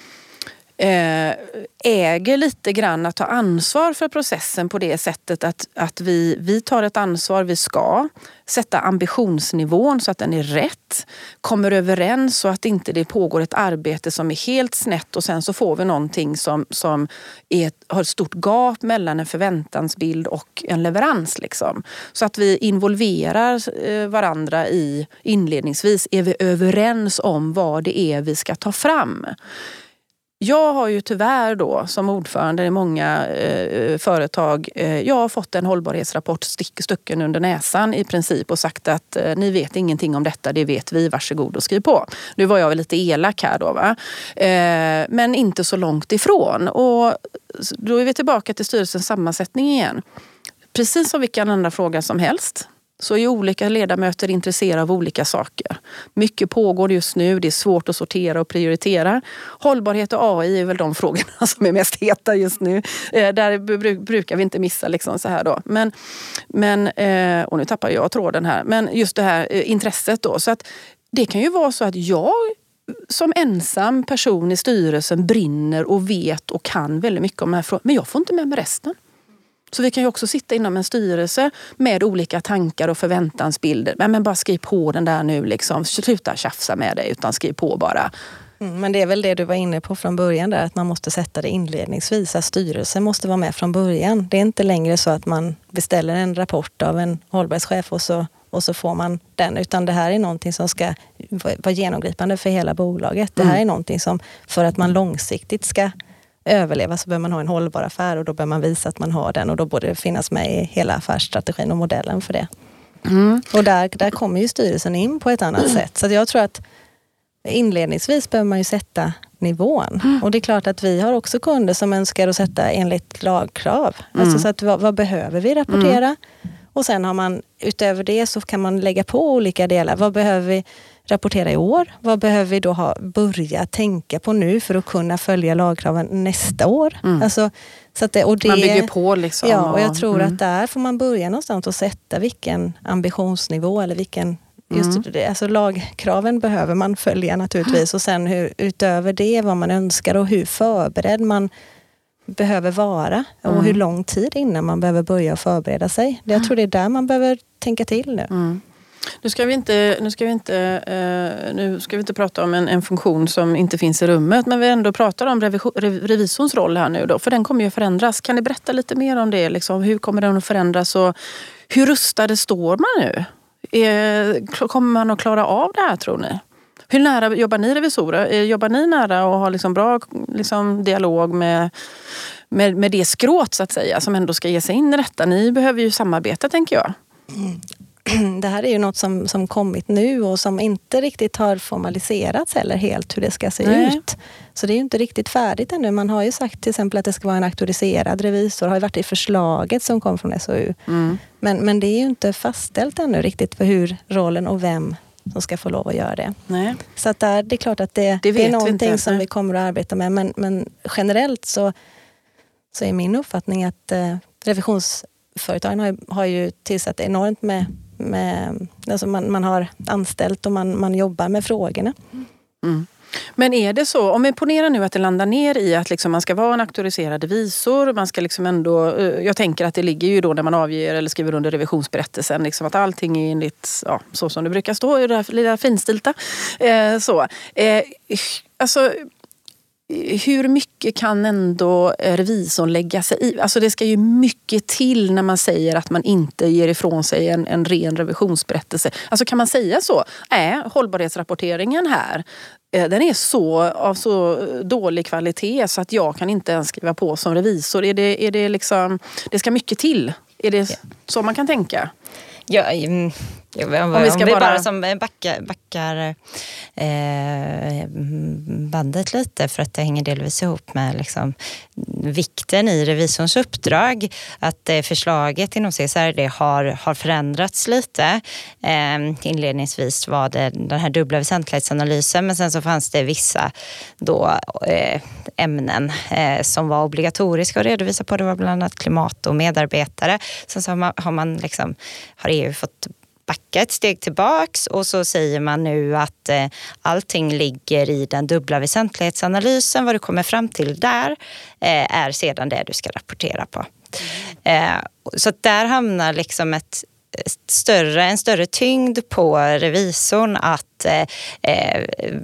äger lite grann att ta ansvar för processen på det sättet att, att vi, vi tar ett ansvar, vi ska sätta ambitionsnivån så att den är rätt, kommer överens så att inte det pågår ett arbete som är helt snett och sen så får vi någonting som, som är, har ett stort gap mellan en förväntansbild och en leverans. Liksom. Så att vi involverar varandra i inledningsvis, är vi överens om vad det är vi ska ta fram. Jag har ju tyvärr då som ordförande i många eh, företag, eh, jag har fått en hållbarhetsrapport stick, stucken under näsan i princip och sagt att eh, ni vet ingenting om detta, det vet vi, varsågod och skriv på. Nu var jag väl lite elak här då va, eh, men inte så långt ifrån. Och då är vi tillbaka till styrelsens sammansättning igen. Precis som vilken andra fråga som helst. Så är olika ledamöter intresserade av olika saker. Mycket pågår just nu, det är svårt att sortera och prioritera. Hållbarhet och A I är väl de frågorna som är mest heta just nu. Eh, där brukar vi inte missa liksom så här då. Men, men, eh, och nu tappar jag tråden här. Men just det här eh, intresset då. Så att det kan ju vara så att jag som ensam person i styrelsen brinner och vet och kan väldigt mycket om de här frågorna. Men jag får inte med mig resten. Så vi kan ju också sitta inom en styrelse med olika tankar och förväntansbilder. Men, men bara skriv på den där nu liksom. Sluta tjafsa med det utan skriv på bara. Mm, men det är väl det du var inne på från början där. Att man måste sätta det inledningsvis. Att styrelsen måste vara med från början. Det är inte längre så att man beställer en rapport av en hållbarhetschef och så, och så får man den. Utan det här är någonting som ska vara genomgripande för hela bolaget. Det här mm. är någonting som för att man långsiktigt ska överleva så behöver man ha en hållbar affär och då behöver man visa att man har den och då borde det finnas med i hela affärsstrategin och modellen för det. Mm. Och där, där kommer ju styrelsen in på ett annat mm. sätt. Så jag tror att inledningsvis behöver man ju sätta nivån. Mm. Och det är klart att vi har också kunder som önskar att sätta enligt lagkrav. Mm. Alltså så att vad, vad behöver vi rapportera? Mm. Och sen har man utöver det så kan man lägga på olika delar. Vad behöver vi rapportera i år? Vad behöver vi då ha, börja tänka på nu för att kunna följa lagkraven nästa år? Mm. Alltså, så att det, och det, man bygger på liksom. Ja, och jag tror mm. att där får man börja någonstans och sätta vilken ambitionsnivå eller vilken just mm. det, alltså lagkraven behöver man följa naturligtvis och sen hur, utöver det vad man önskar och hur förberedd man behöver vara och Mm. hur lång tid innan man behöver börja förbereda sig. Jag tror det är där man behöver tänka till nu. Mm. Nu ska vi inte, nu ska vi inte, eh, nu ska vi inte prata om en, en funktion som inte finns i rummet, men vi ändå pratar om revision, revisorns roll här nu då, för den kommer ju förändras. Kan ni berätta lite mer om det? Liksom, hur kommer den att förändras och hur rustade står man nu? Eh, kommer man att klara av det här, tror ni? Hur nära jobbar ni revisorer? Eh, jobbar ni nära och har liksom bra liksom, dialog med, med, med det skråt så att säga som ändå ska ge sig in i detta? Ni behöver ju samarbeta, tänker jag. Mm. Det här är ju något som, som kommit nu och som inte riktigt har formaliserats heller helt hur det ska se Nej. ut. Så det är ju inte riktigt färdigt ännu. Man har ju sagt till exempel att det ska vara en auktoriserad revisor. Det har ju varit i förslaget som kom från S O U. Mm. Men, men det är ju inte fastställt ännu riktigt för hur rollen och vem som ska få lov att göra det. Nej. Så att där, det är klart att det, Det det är vet vi någonting inte. som Nej. vi kommer att arbeta med. Men, men generellt så, så är min uppfattning att eh, revisionsföretagen har, har ju tillsatt enormt med Med, alltså man, man har anställt och man, man jobbar med frågorna. Mm. Men är det så, om vi ponerar nu att det landar ner i att liksom man ska vara en auktoriserad revisor, man ska liksom ändå, jag tänker att det ligger ju då när man avger eller skriver under revisionsberättelsen, liksom att allting är enligt, ja, så som det brukar stå i det här lilla finstilta. Eh, så. Eh, alltså, hur mycket kan ändå revisorn lägga sig i? Alltså det ska ju mycket till när man säger att man inte ger ifrån sig en, en ren revisionsberättelse. Alltså kan man säga så? Äh, hållbarhetsrapporteringen här, den är så av så dålig kvalitet så att jag kan inte ens skriva på som revisor. Är det, är det liksom, det ska mycket till? Är det ja. så man kan tänka? Ja, mm, om vi, om vi ska om vi bara... bara som backar, backar eh, bandet lite för att det hänger delvis ihop med liksom, vikten i revisorns uppdrag. Att eh, förslaget inom C S R D har, har förändrats lite. Eh, inledningsvis var det den här dubbla väsentlighetsanalysen, men sen så fanns det vissa då, eh, ämnen eh, som var obligatoriska att redovisa på. Det var bland annat klimat och medarbetare. Sen så har man, har man liksom, har E U fått backa ett steg tillbaks och så säger man nu att eh, allting ligger i den dubbla väsentlighetsanalysen. Vad du kommer fram till där eh, är sedan det du ska rapportera på. Mm. Eh, så att där hamnar liksom ett större, en större tyngd på revisorn att eh,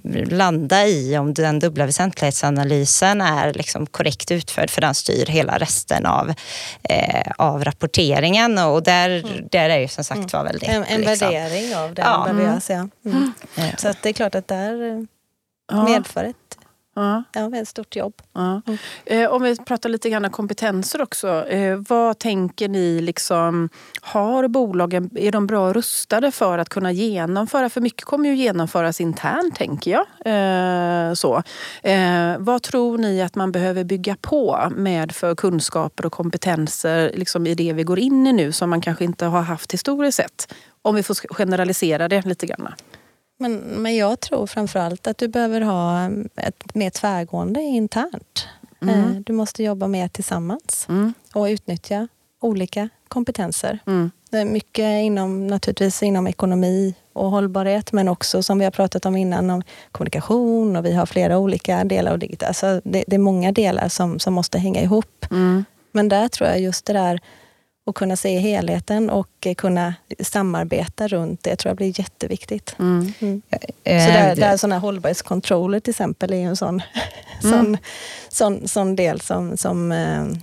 landa i om den dubbla väsentlighetsanalysen är liksom korrekt utförd, för den styr hela resten av, eh, av rapporteringen, och där, mm. där är ju som sagt var väldigt... En, en liksom, värdering av det, ja. behöver jag säga. Mm. Mm. Så att det är klart att där ja. medför ett Ja, ja ett stort jobb. Ja. Mm. Eh, om vi pratar lite grann om kompetenser också. Eh, vad tänker ni, liksom, har bolagen, är de bra rustade för att kunna genomföra? För mycket kommer ju genomföras internt, tänker jag. Eh, så. Eh, vad tror ni att man behöver bygga på med för kunskaper och kompetenser liksom, i det vi går in i nu som man kanske inte har haft historiskt sett? Om vi får generalisera det lite grann. Men, men jag tror framförallt att du behöver ha ett mer tvärgående internt. Mm. Du måste jobba mer tillsammans mm. och utnyttja olika kompetenser. Mm. Det är mycket inom, naturligtvis inom ekonomi och hållbarhet, men också som vi har pratat om innan om kommunikation, och vi har flera olika delar av digital. Alltså det, det är många delar som, som måste hänga ihop. Mm. Men där tror jag just det där att kunna se helheten och kunna samarbeta runt det tror jag blir jätteviktigt. Mm. Mm. Så där, där sådana här hållbarhetskontroller till exempel är en sån, mm. sån, sån, sån del som... som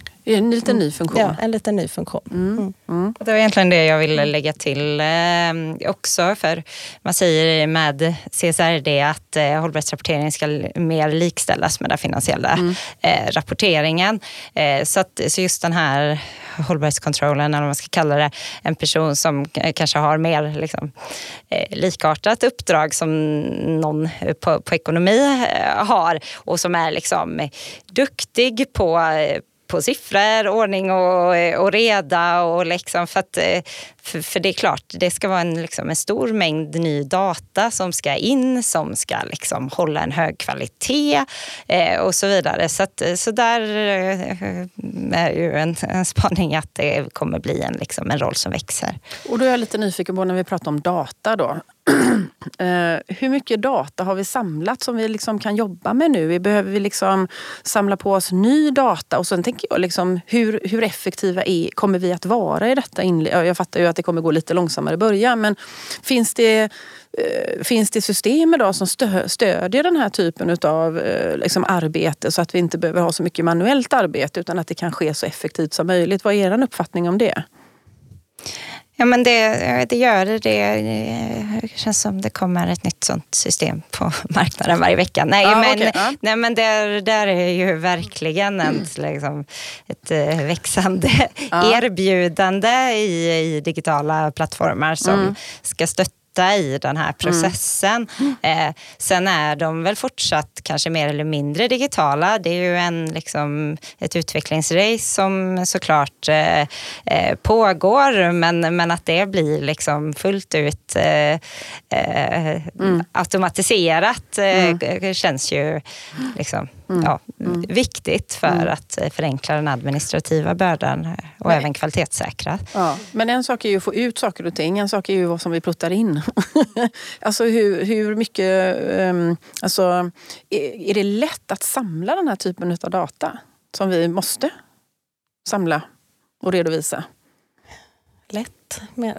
en liten ny funktion. Ja, en liten ny funktion. Mm. Mm. Mm. Det var egentligen det jag ville lägga till eh, också, för man säger med C S R D att eh, hållbarhetsrapporteringen ska mer likställas med den finansiella mm. eh, rapporteringen. Eh, så, att, så just den här hållbarhetskontrollen, eller vad man ska kalla det, en person som k- kanske har mer liksom, eh, likartat uppdrag som någon på, på ekonomi eh, har, och som är liksom duktig på eh, på siffror, ordning och, och reda, och liksom för, att, för, för det är klart, det ska vara en, liksom en stor mängd ny data som ska in, som ska liksom hålla en hög kvalitet eh, och så vidare. Så, att, så där är ju en, en spaning att det kommer bli en, liksom en roll som växer. Och då är jag lite nyfiken på när vi pratar om data då. eh, hur mycket data har vi samlat som vi liksom kan jobba med nu? Vi behöver vi liksom samla på oss ny data och sen tänker jag liksom hur, hur effektiva är, kommer vi att vara i detta inlägg? Jag fattar ju att det kommer gå lite långsammare i början, men finns det, eh, finns det system idag som stö, stödjer den här typen av eh, liksom arbete så att vi inte behöver ha så mycket manuellt arbete utan att det kan ske så effektivt som möjligt? Vad är er uppfattning om det? Ja, men det, det gör det. Det känns som det kommer ett nytt sånt system på marknaden varje vecka. Nej, ah, men, okay, ah. nej, men där, där är ju verkligen en, liksom, ett växande ah. erbjudande i, i digitala plattformar som mm. ska stötta i den här processen. Mm. Eh, sen är de väl fortsatt kanske mer eller mindre digitala. Det är ju en, liksom, ett utvecklingsrace som såklart eh, eh, pågår, men, men att det blir liksom fullt ut eh, eh, mm. automatiserat eh, mm. känns ju liksom, mm. ja, mm. viktigt för mm. att förenkla den administrativa bördan och men, även kvalitetssäkra. Ja. Men en sak är ju att få ut saker och ting, en sak är ju vad som vi pluttar in. Alltså hur, hur mycket, um, alltså är, är det lätt att samla den här typen av data som vi måste samla och redovisa? Lätt. Men,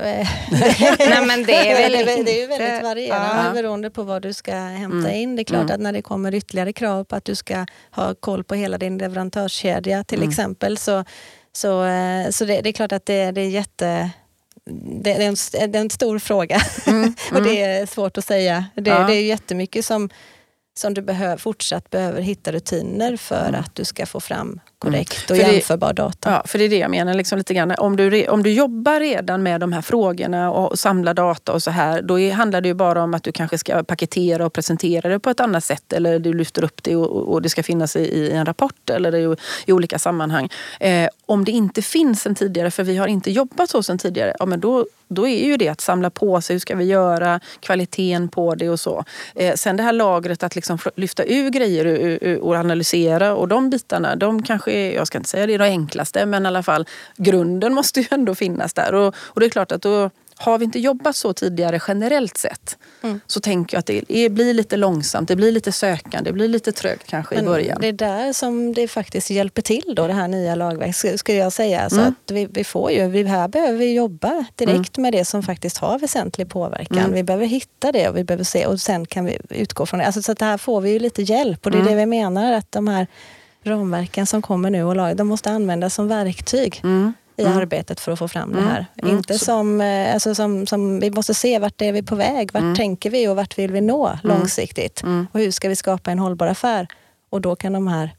Nej, men det är väl det, det är ju väldigt varierande ja. beroende på vad du ska hämta mm. in. Det är klart mm. att när det kommer ytterligare krav på att du ska ha koll på hela din leverantörskedja till mm. exempel, så, så, så det, det är klart att det, det är jätte... Det är, en, det är en stor fråga mm. och det är svårt att säga. Det, ja. det är jättemycket som, som du behöver, fortsatt behöver hitta rutiner för mm. att du ska få fram korrekt mm. och jämförbar det, data. Ja, för det är det jag menar liksom lite grann. Om du, om du jobbar redan med de här frågorna och samlar data och så här, då är, handlar det ju bara om att du kanske ska paketera och presentera det på ett annat sätt, eller du lyfter upp det och, och det ska finnas i, i en rapport eller i, i olika sammanhang. Eh, om det inte finns sen tidigare, för vi har inte jobbat så sen tidigare, ja, men då Då är ju det att samla på sig, hur ska vi göra, kvaliteten på det och så. Eh, sen det här lagret att liksom lyfta ur grejer och, och analysera och de bitarna, de kanske är, jag ska inte säga det är det enklaste, men i alla fall grunden måste ju ändå finnas där. Och, och det är klart att då har vi inte jobbat så tidigare generellt sett mm. så tänker jag att det är, blir lite långsamt, det blir lite sökande, det blir lite trögt kanske men i början. Det är där som det faktiskt hjälper till då, det här nya lagverket skulle jag säga. Mm. Så att vi, vi får ju, vi, här behöver vi jobba direkt mm. med det som faktiskt har väsentlig påverkan. Mm. Vi behöver hitta det och vi behöver se och sen kan vi utgå från det. Alltså, så att här får vi ju lite hjälp och det är mm. det vi menar, att de här ramverken som kommer nu och lag, de måste användas som verktyg. Mm. i mm. arbetet för att få fram det här. Mm. Inte som, alltså som, som, vi måste se vart är vi på väg, vart mm. tänker vi och vart vill vi nå mm. långsiktigt. Mm. Och hur ska vi skapa en hållbar affär? Och då kan de här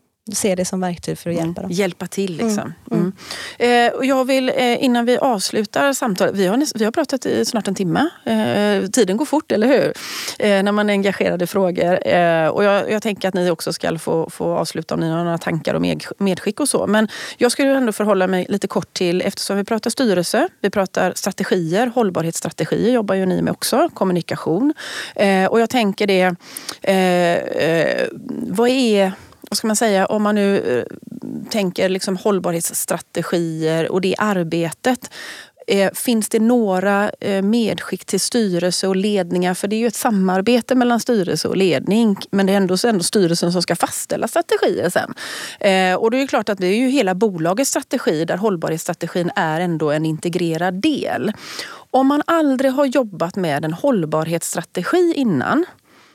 se det som verktyg för att hjälpa dem. Mm. Hjälpa till liksom. Mm. Mm. Eh, och jag vill, eh, innan vi avslutar samtalet, vi har, vi har pratat i snart en timme. Eh, tiden går fort, eller hur? Eh, när man är engagerad i frågor. Eh, och jag, jag tänker att ni också ska få, få avsluta om ni har några tankar och med, medskick och så. Men jag skulle ändå förhålla mig lite kort till, eftersom vi pratar styrelse, vi pratar strategier, hållbarhetsstrategier jobbar ju ni med också, kommunikation. Eh, och jag tänker det, eh, eh, vad är... Vad ska man säga, om man nu eh, tänker liksom hållbarhetsstrategier och det arbetet, eh, finns det några eh, medskick till styrelse och ledningar? För det är ju ett samarbete mellan styrelse och ledning, men det är ändå, ändå styrelsen som ska fastställa strategier sen. Eh, och det är ju klart att det är ju hela bolagets strategi där hållbarhetsstrategin är ändå en integrerad del. Om man aldrig har jobbat med en hållbarhetsstrategi innan,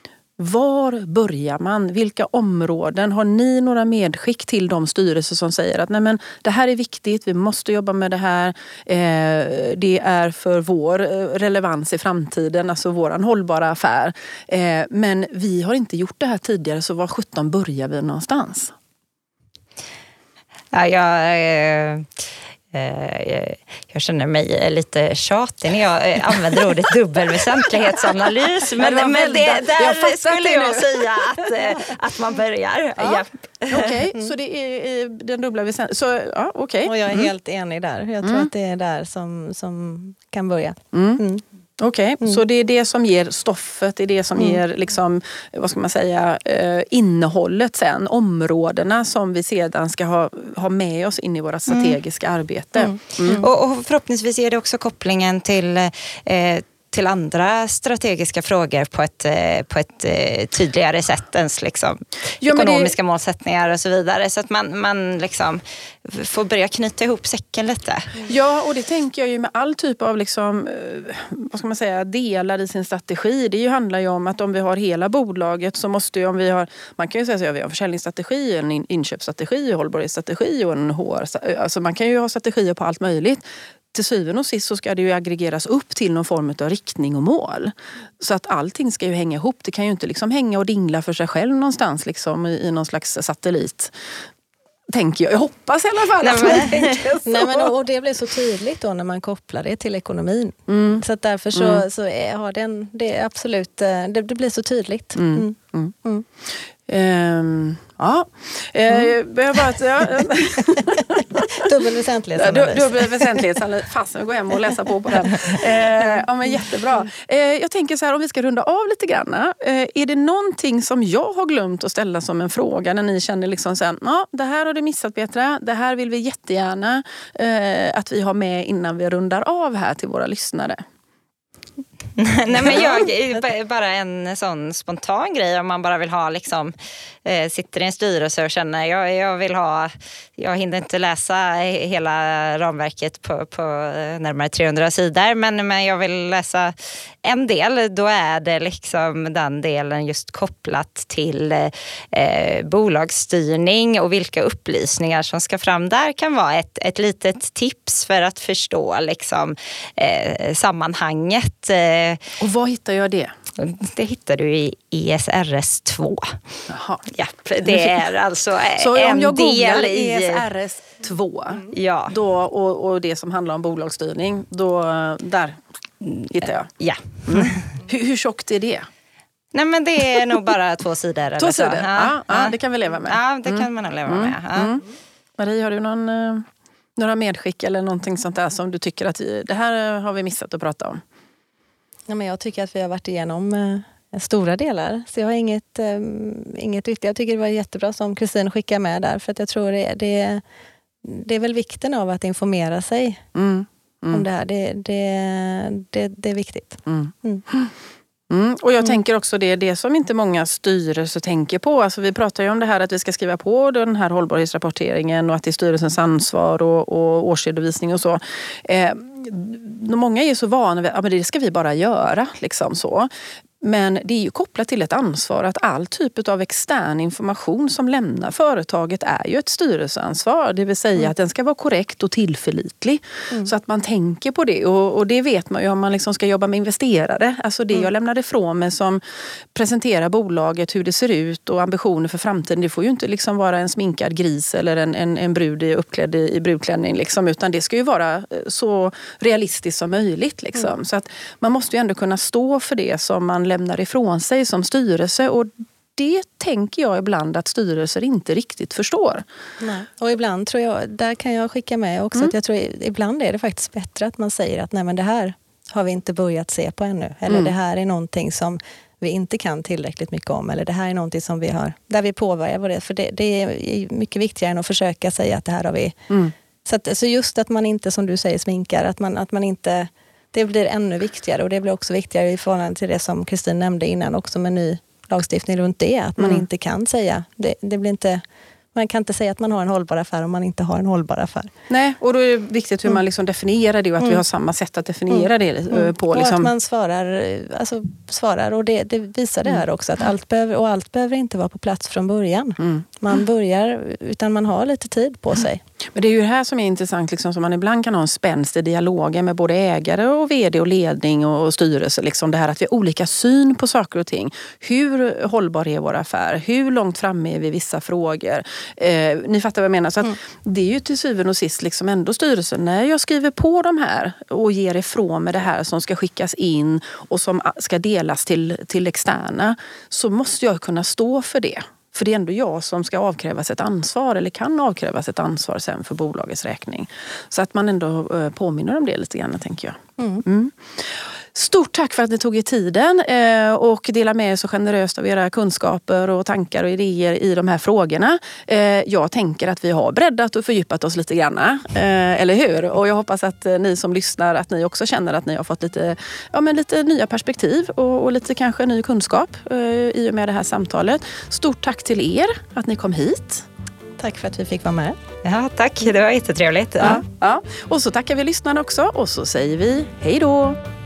var börjar man? Vilka områden? Har ni några medskick till de styrelser som säger att nej men, det här är viktigt, vi måste jobba med det här. Eh, det är för vår relevans i framtiden, alltså våran hållbara affär. Eh, men vi har inte gjort det här tidigare, så var sjutton börjar vi någonstans? Ja, jag... Eh... Jag känner mig lite tjatig när jag använder ordet dubbelväsentlighetsanalys. Men, men det, där jag skulle jag säga att, att man börjar. Ja. Ja. Okej, okay, så det är den dubbla väsentligheten. Ja, okay. Och jag är mm. helt enig där. Jag tror mm. att det är där som, som kan börja. Mm. Mm. Okej, okay. mm. så det är det som ger stoffet, det är det som mm. ger liksom, vad ska man säga, eh, innehållet sen, områdena som vi sedan ska ha, ha med oss in i våra strategiska mm. arbete. Mm. Mm. Och, och förhoppningsvis är det också kopplingen till, eh, till andra strategiska frågor på ett, på ett tydligare sätt än liksom ja, ekonomiska det... målsättningar och så vidare. Så att man, man liksom får börja knyta ihop säcken lite. Ja, och det tänker jag ju med all typ av liksom, vad ska man säga, delar i sin strategi. Det ju handlar ju om att om vi har hela bolaget så måste ju, om vi har, man kan ju säga så att vi har en försäljningsstrategi, en inköpsstrategi, hållbarhetsstrategi och en H R. Alltså man kan ju ha strategier på allt möjligt. Till syvende och sist så ska det ju aggregeras upp till någon form av riktning och mål. Så att allting ska ju hänga ihop. Det kan ju inte liksom hänga och dingla för sig själv någonstans liksom i, i någon slags satellit. Tänker jag. Jag hoppas i alla fall att man tänker så. Nej, men, och det blir så tydligt då när man kopplar det till ekonomin. Mm. Så att därför så, mm. så är, har den, det är absolut, det, det blir så tydligt. Mm. Mm. Mm. Um, ja, mm. uh, jag bara att, ja. Dubbel väsentlighetsanalys. Ja, dubbel väsentlighetsanalys. Fast nu går hem och läsa på på den. Uh, ja, men jättebra. Uh, jag tänker så här, om vi ska runda av lite grann. Uh, är det någonting som jag har glömt att ställa som en fråga när ni känner liksom sen, ja, det här har du missat Petra. Det här vill vi jättegärna uh, att vi har med innan vi rundar av här till våra lyssnare. Nej, men jag, bara en sån spontan grej om man bara vill ha liksom, eh, sitter i en styrelse och känner jag, jag vill ha, jag hinner inte läsa hela ramverket på, på närmare trehundra sidor, men, men jag vill läsa en del, då är det liksom den delen just kopplat till eh, bolagsstyrning och vilka upplysningar som ska fram där kan vara ett, ett litet tips för att förstå liksom, eh, sammanhanget. Eh, och var hittar jag det? Det hittar du i E S R S två. Jaha. Ja, det är alltså så en om jag googlar del i E S R S två mm. ja. då, och, och det som handlar om bolagsstyrning, då där hittar jag. Ja. Mm. hur, hur tjockt är det? Nej, men det är nog bara två sidor. Två sidor? Ja, ja, ja, ja, det kan vi leva med. Ja, det mm. kan man nog leva mm. med. Ja. Mm. Marie, har du någon, uh, några medskick eller någonting sånt där som du tycker att vi, det här har vi missat att prata om? Ja, men jag tycker att vi har varit igenom eh, stora delar. Så jag har inget, eh, inget ytterligare. Jag tycker det var jättebra som Kristin skickade med där. För att jag tror det, det, det är väl vikten av att informera sig mm. Mm. om det här. Det, det, det, det är viktigt. Mm. Mm. Mm. Och jag mm. tänker också det, det som inte många styrelser tänker på. Alltså vi pratar ju om det här att vi ska skriva på den här hållbarhetsrapporteringen och att det är styrelsens ansvar och, och årsredovisning och så. Eh, många är så vana vid att ja, det ska vi bara göra. Liksom så. Men det är ju kopplat till ett ansvar att all typ av extern information som lämnar företaget är ju ett styrelseansvar. Det vill säga mm. att den ska vara korrekt och tillförlitlig. Mm. Så att man tänker på det. Och, och det vet man ju om man liksom ska jobba med investerare. Alltså det mm. jag lämnar ifrån mig som presenterar bolaget, hur det ser ut och ambitioner för framtiden. Det får ju inte liksom vara en sminkad gris eller en, en, en brud uppklädd i, i brudklänning. Liksom, utan det ska ju vara så realistiskt som möjligt. Liksom. Mm. Så att man måste ju ändå kunna stå för det som man lämnar ifrån sig som styrelse, och det tänker jag ibland att styrelser inte riktigt förstår. Nej. Och ibland tror jag, där kan jag skicka med också, mm. att jag tror ibland är det faktiskt bättre att man säger att nej, men det här har vi inte börjat se på ännu, eller mm. det här är någonting som vi inte kan tillräckligt mycket om, eller det här är någonting som vi har, där vi påbörjar det, för det, det är mycket viktigare än att försöka säga att det här har vi. Mm. Så, att, så just att man inte, som du säger, sminkar, att man, att man inte, det blir ännu viktigare, och det blir också viktigare i förhållande till det som Kristin nämnde innan också med ny lagstiftning runt det, att man mm. inte kan säga, det, det blir inte, man kan inte säga att man har en hållbar affär om man inte har en hållbar affär. Nej, och då är det viktigt hur mm. man liksom definierar det och att mm. vi har samma sätt att definiera mm. det mm. på. Liksom. Och att man svarar, alltså svarar och det, det visar det här också, att allt behöver, och allt behöver inte vara på plats från början. Mm. Man börjar, utan man har lite tid på sig. Men det är ju det här som är intressant, liksom, som man ibland kan ha en spänst i dialogen med både ägare och vd och ledning och styrelse. Liksom det här att vi har olika syn på saker och ting. Hur hållbar är vår affär? Hur långt framme är vi i vissa frågor? Eh, ni fattar vad jag menar. Så att mm. det är ju till syvende och sist liksom ändå styrelsen. När jag skriver på de här och ger ifrån med det här som ska skickas in och som ska delas till, till externa, så måste jag kunna stå för det. För det är ändå jag som ska avkrävas ett ansvar, eller kan avkrävas ett ansvar sen för bolagets räkning. Så att man ändå påminner om det lite grann, tänker jag. Mm. Mm. Stort tack för att ni tog er tiden eh, och delar med er så generöst av era kunskaper och tankar och idéer i de här frågorna. Eh, jag tänker att vi har breddat och fördjupat oss lite grann, eh, eller hur? Och jag hoppas att eh, ni som lyssnar, att ni också känner att ni har fått lite, ja, men lite nya perspektiv och, och lite kanske ny kunskap eh, i och med det här samtalet. Stort tack till er att ni kom hit. Tack för att vi fick vara med. Ja, tack. Det var jättetrevligt. Ja. Ja, ja. Och så tackar vi lyssnarna också och så säger vi hej då!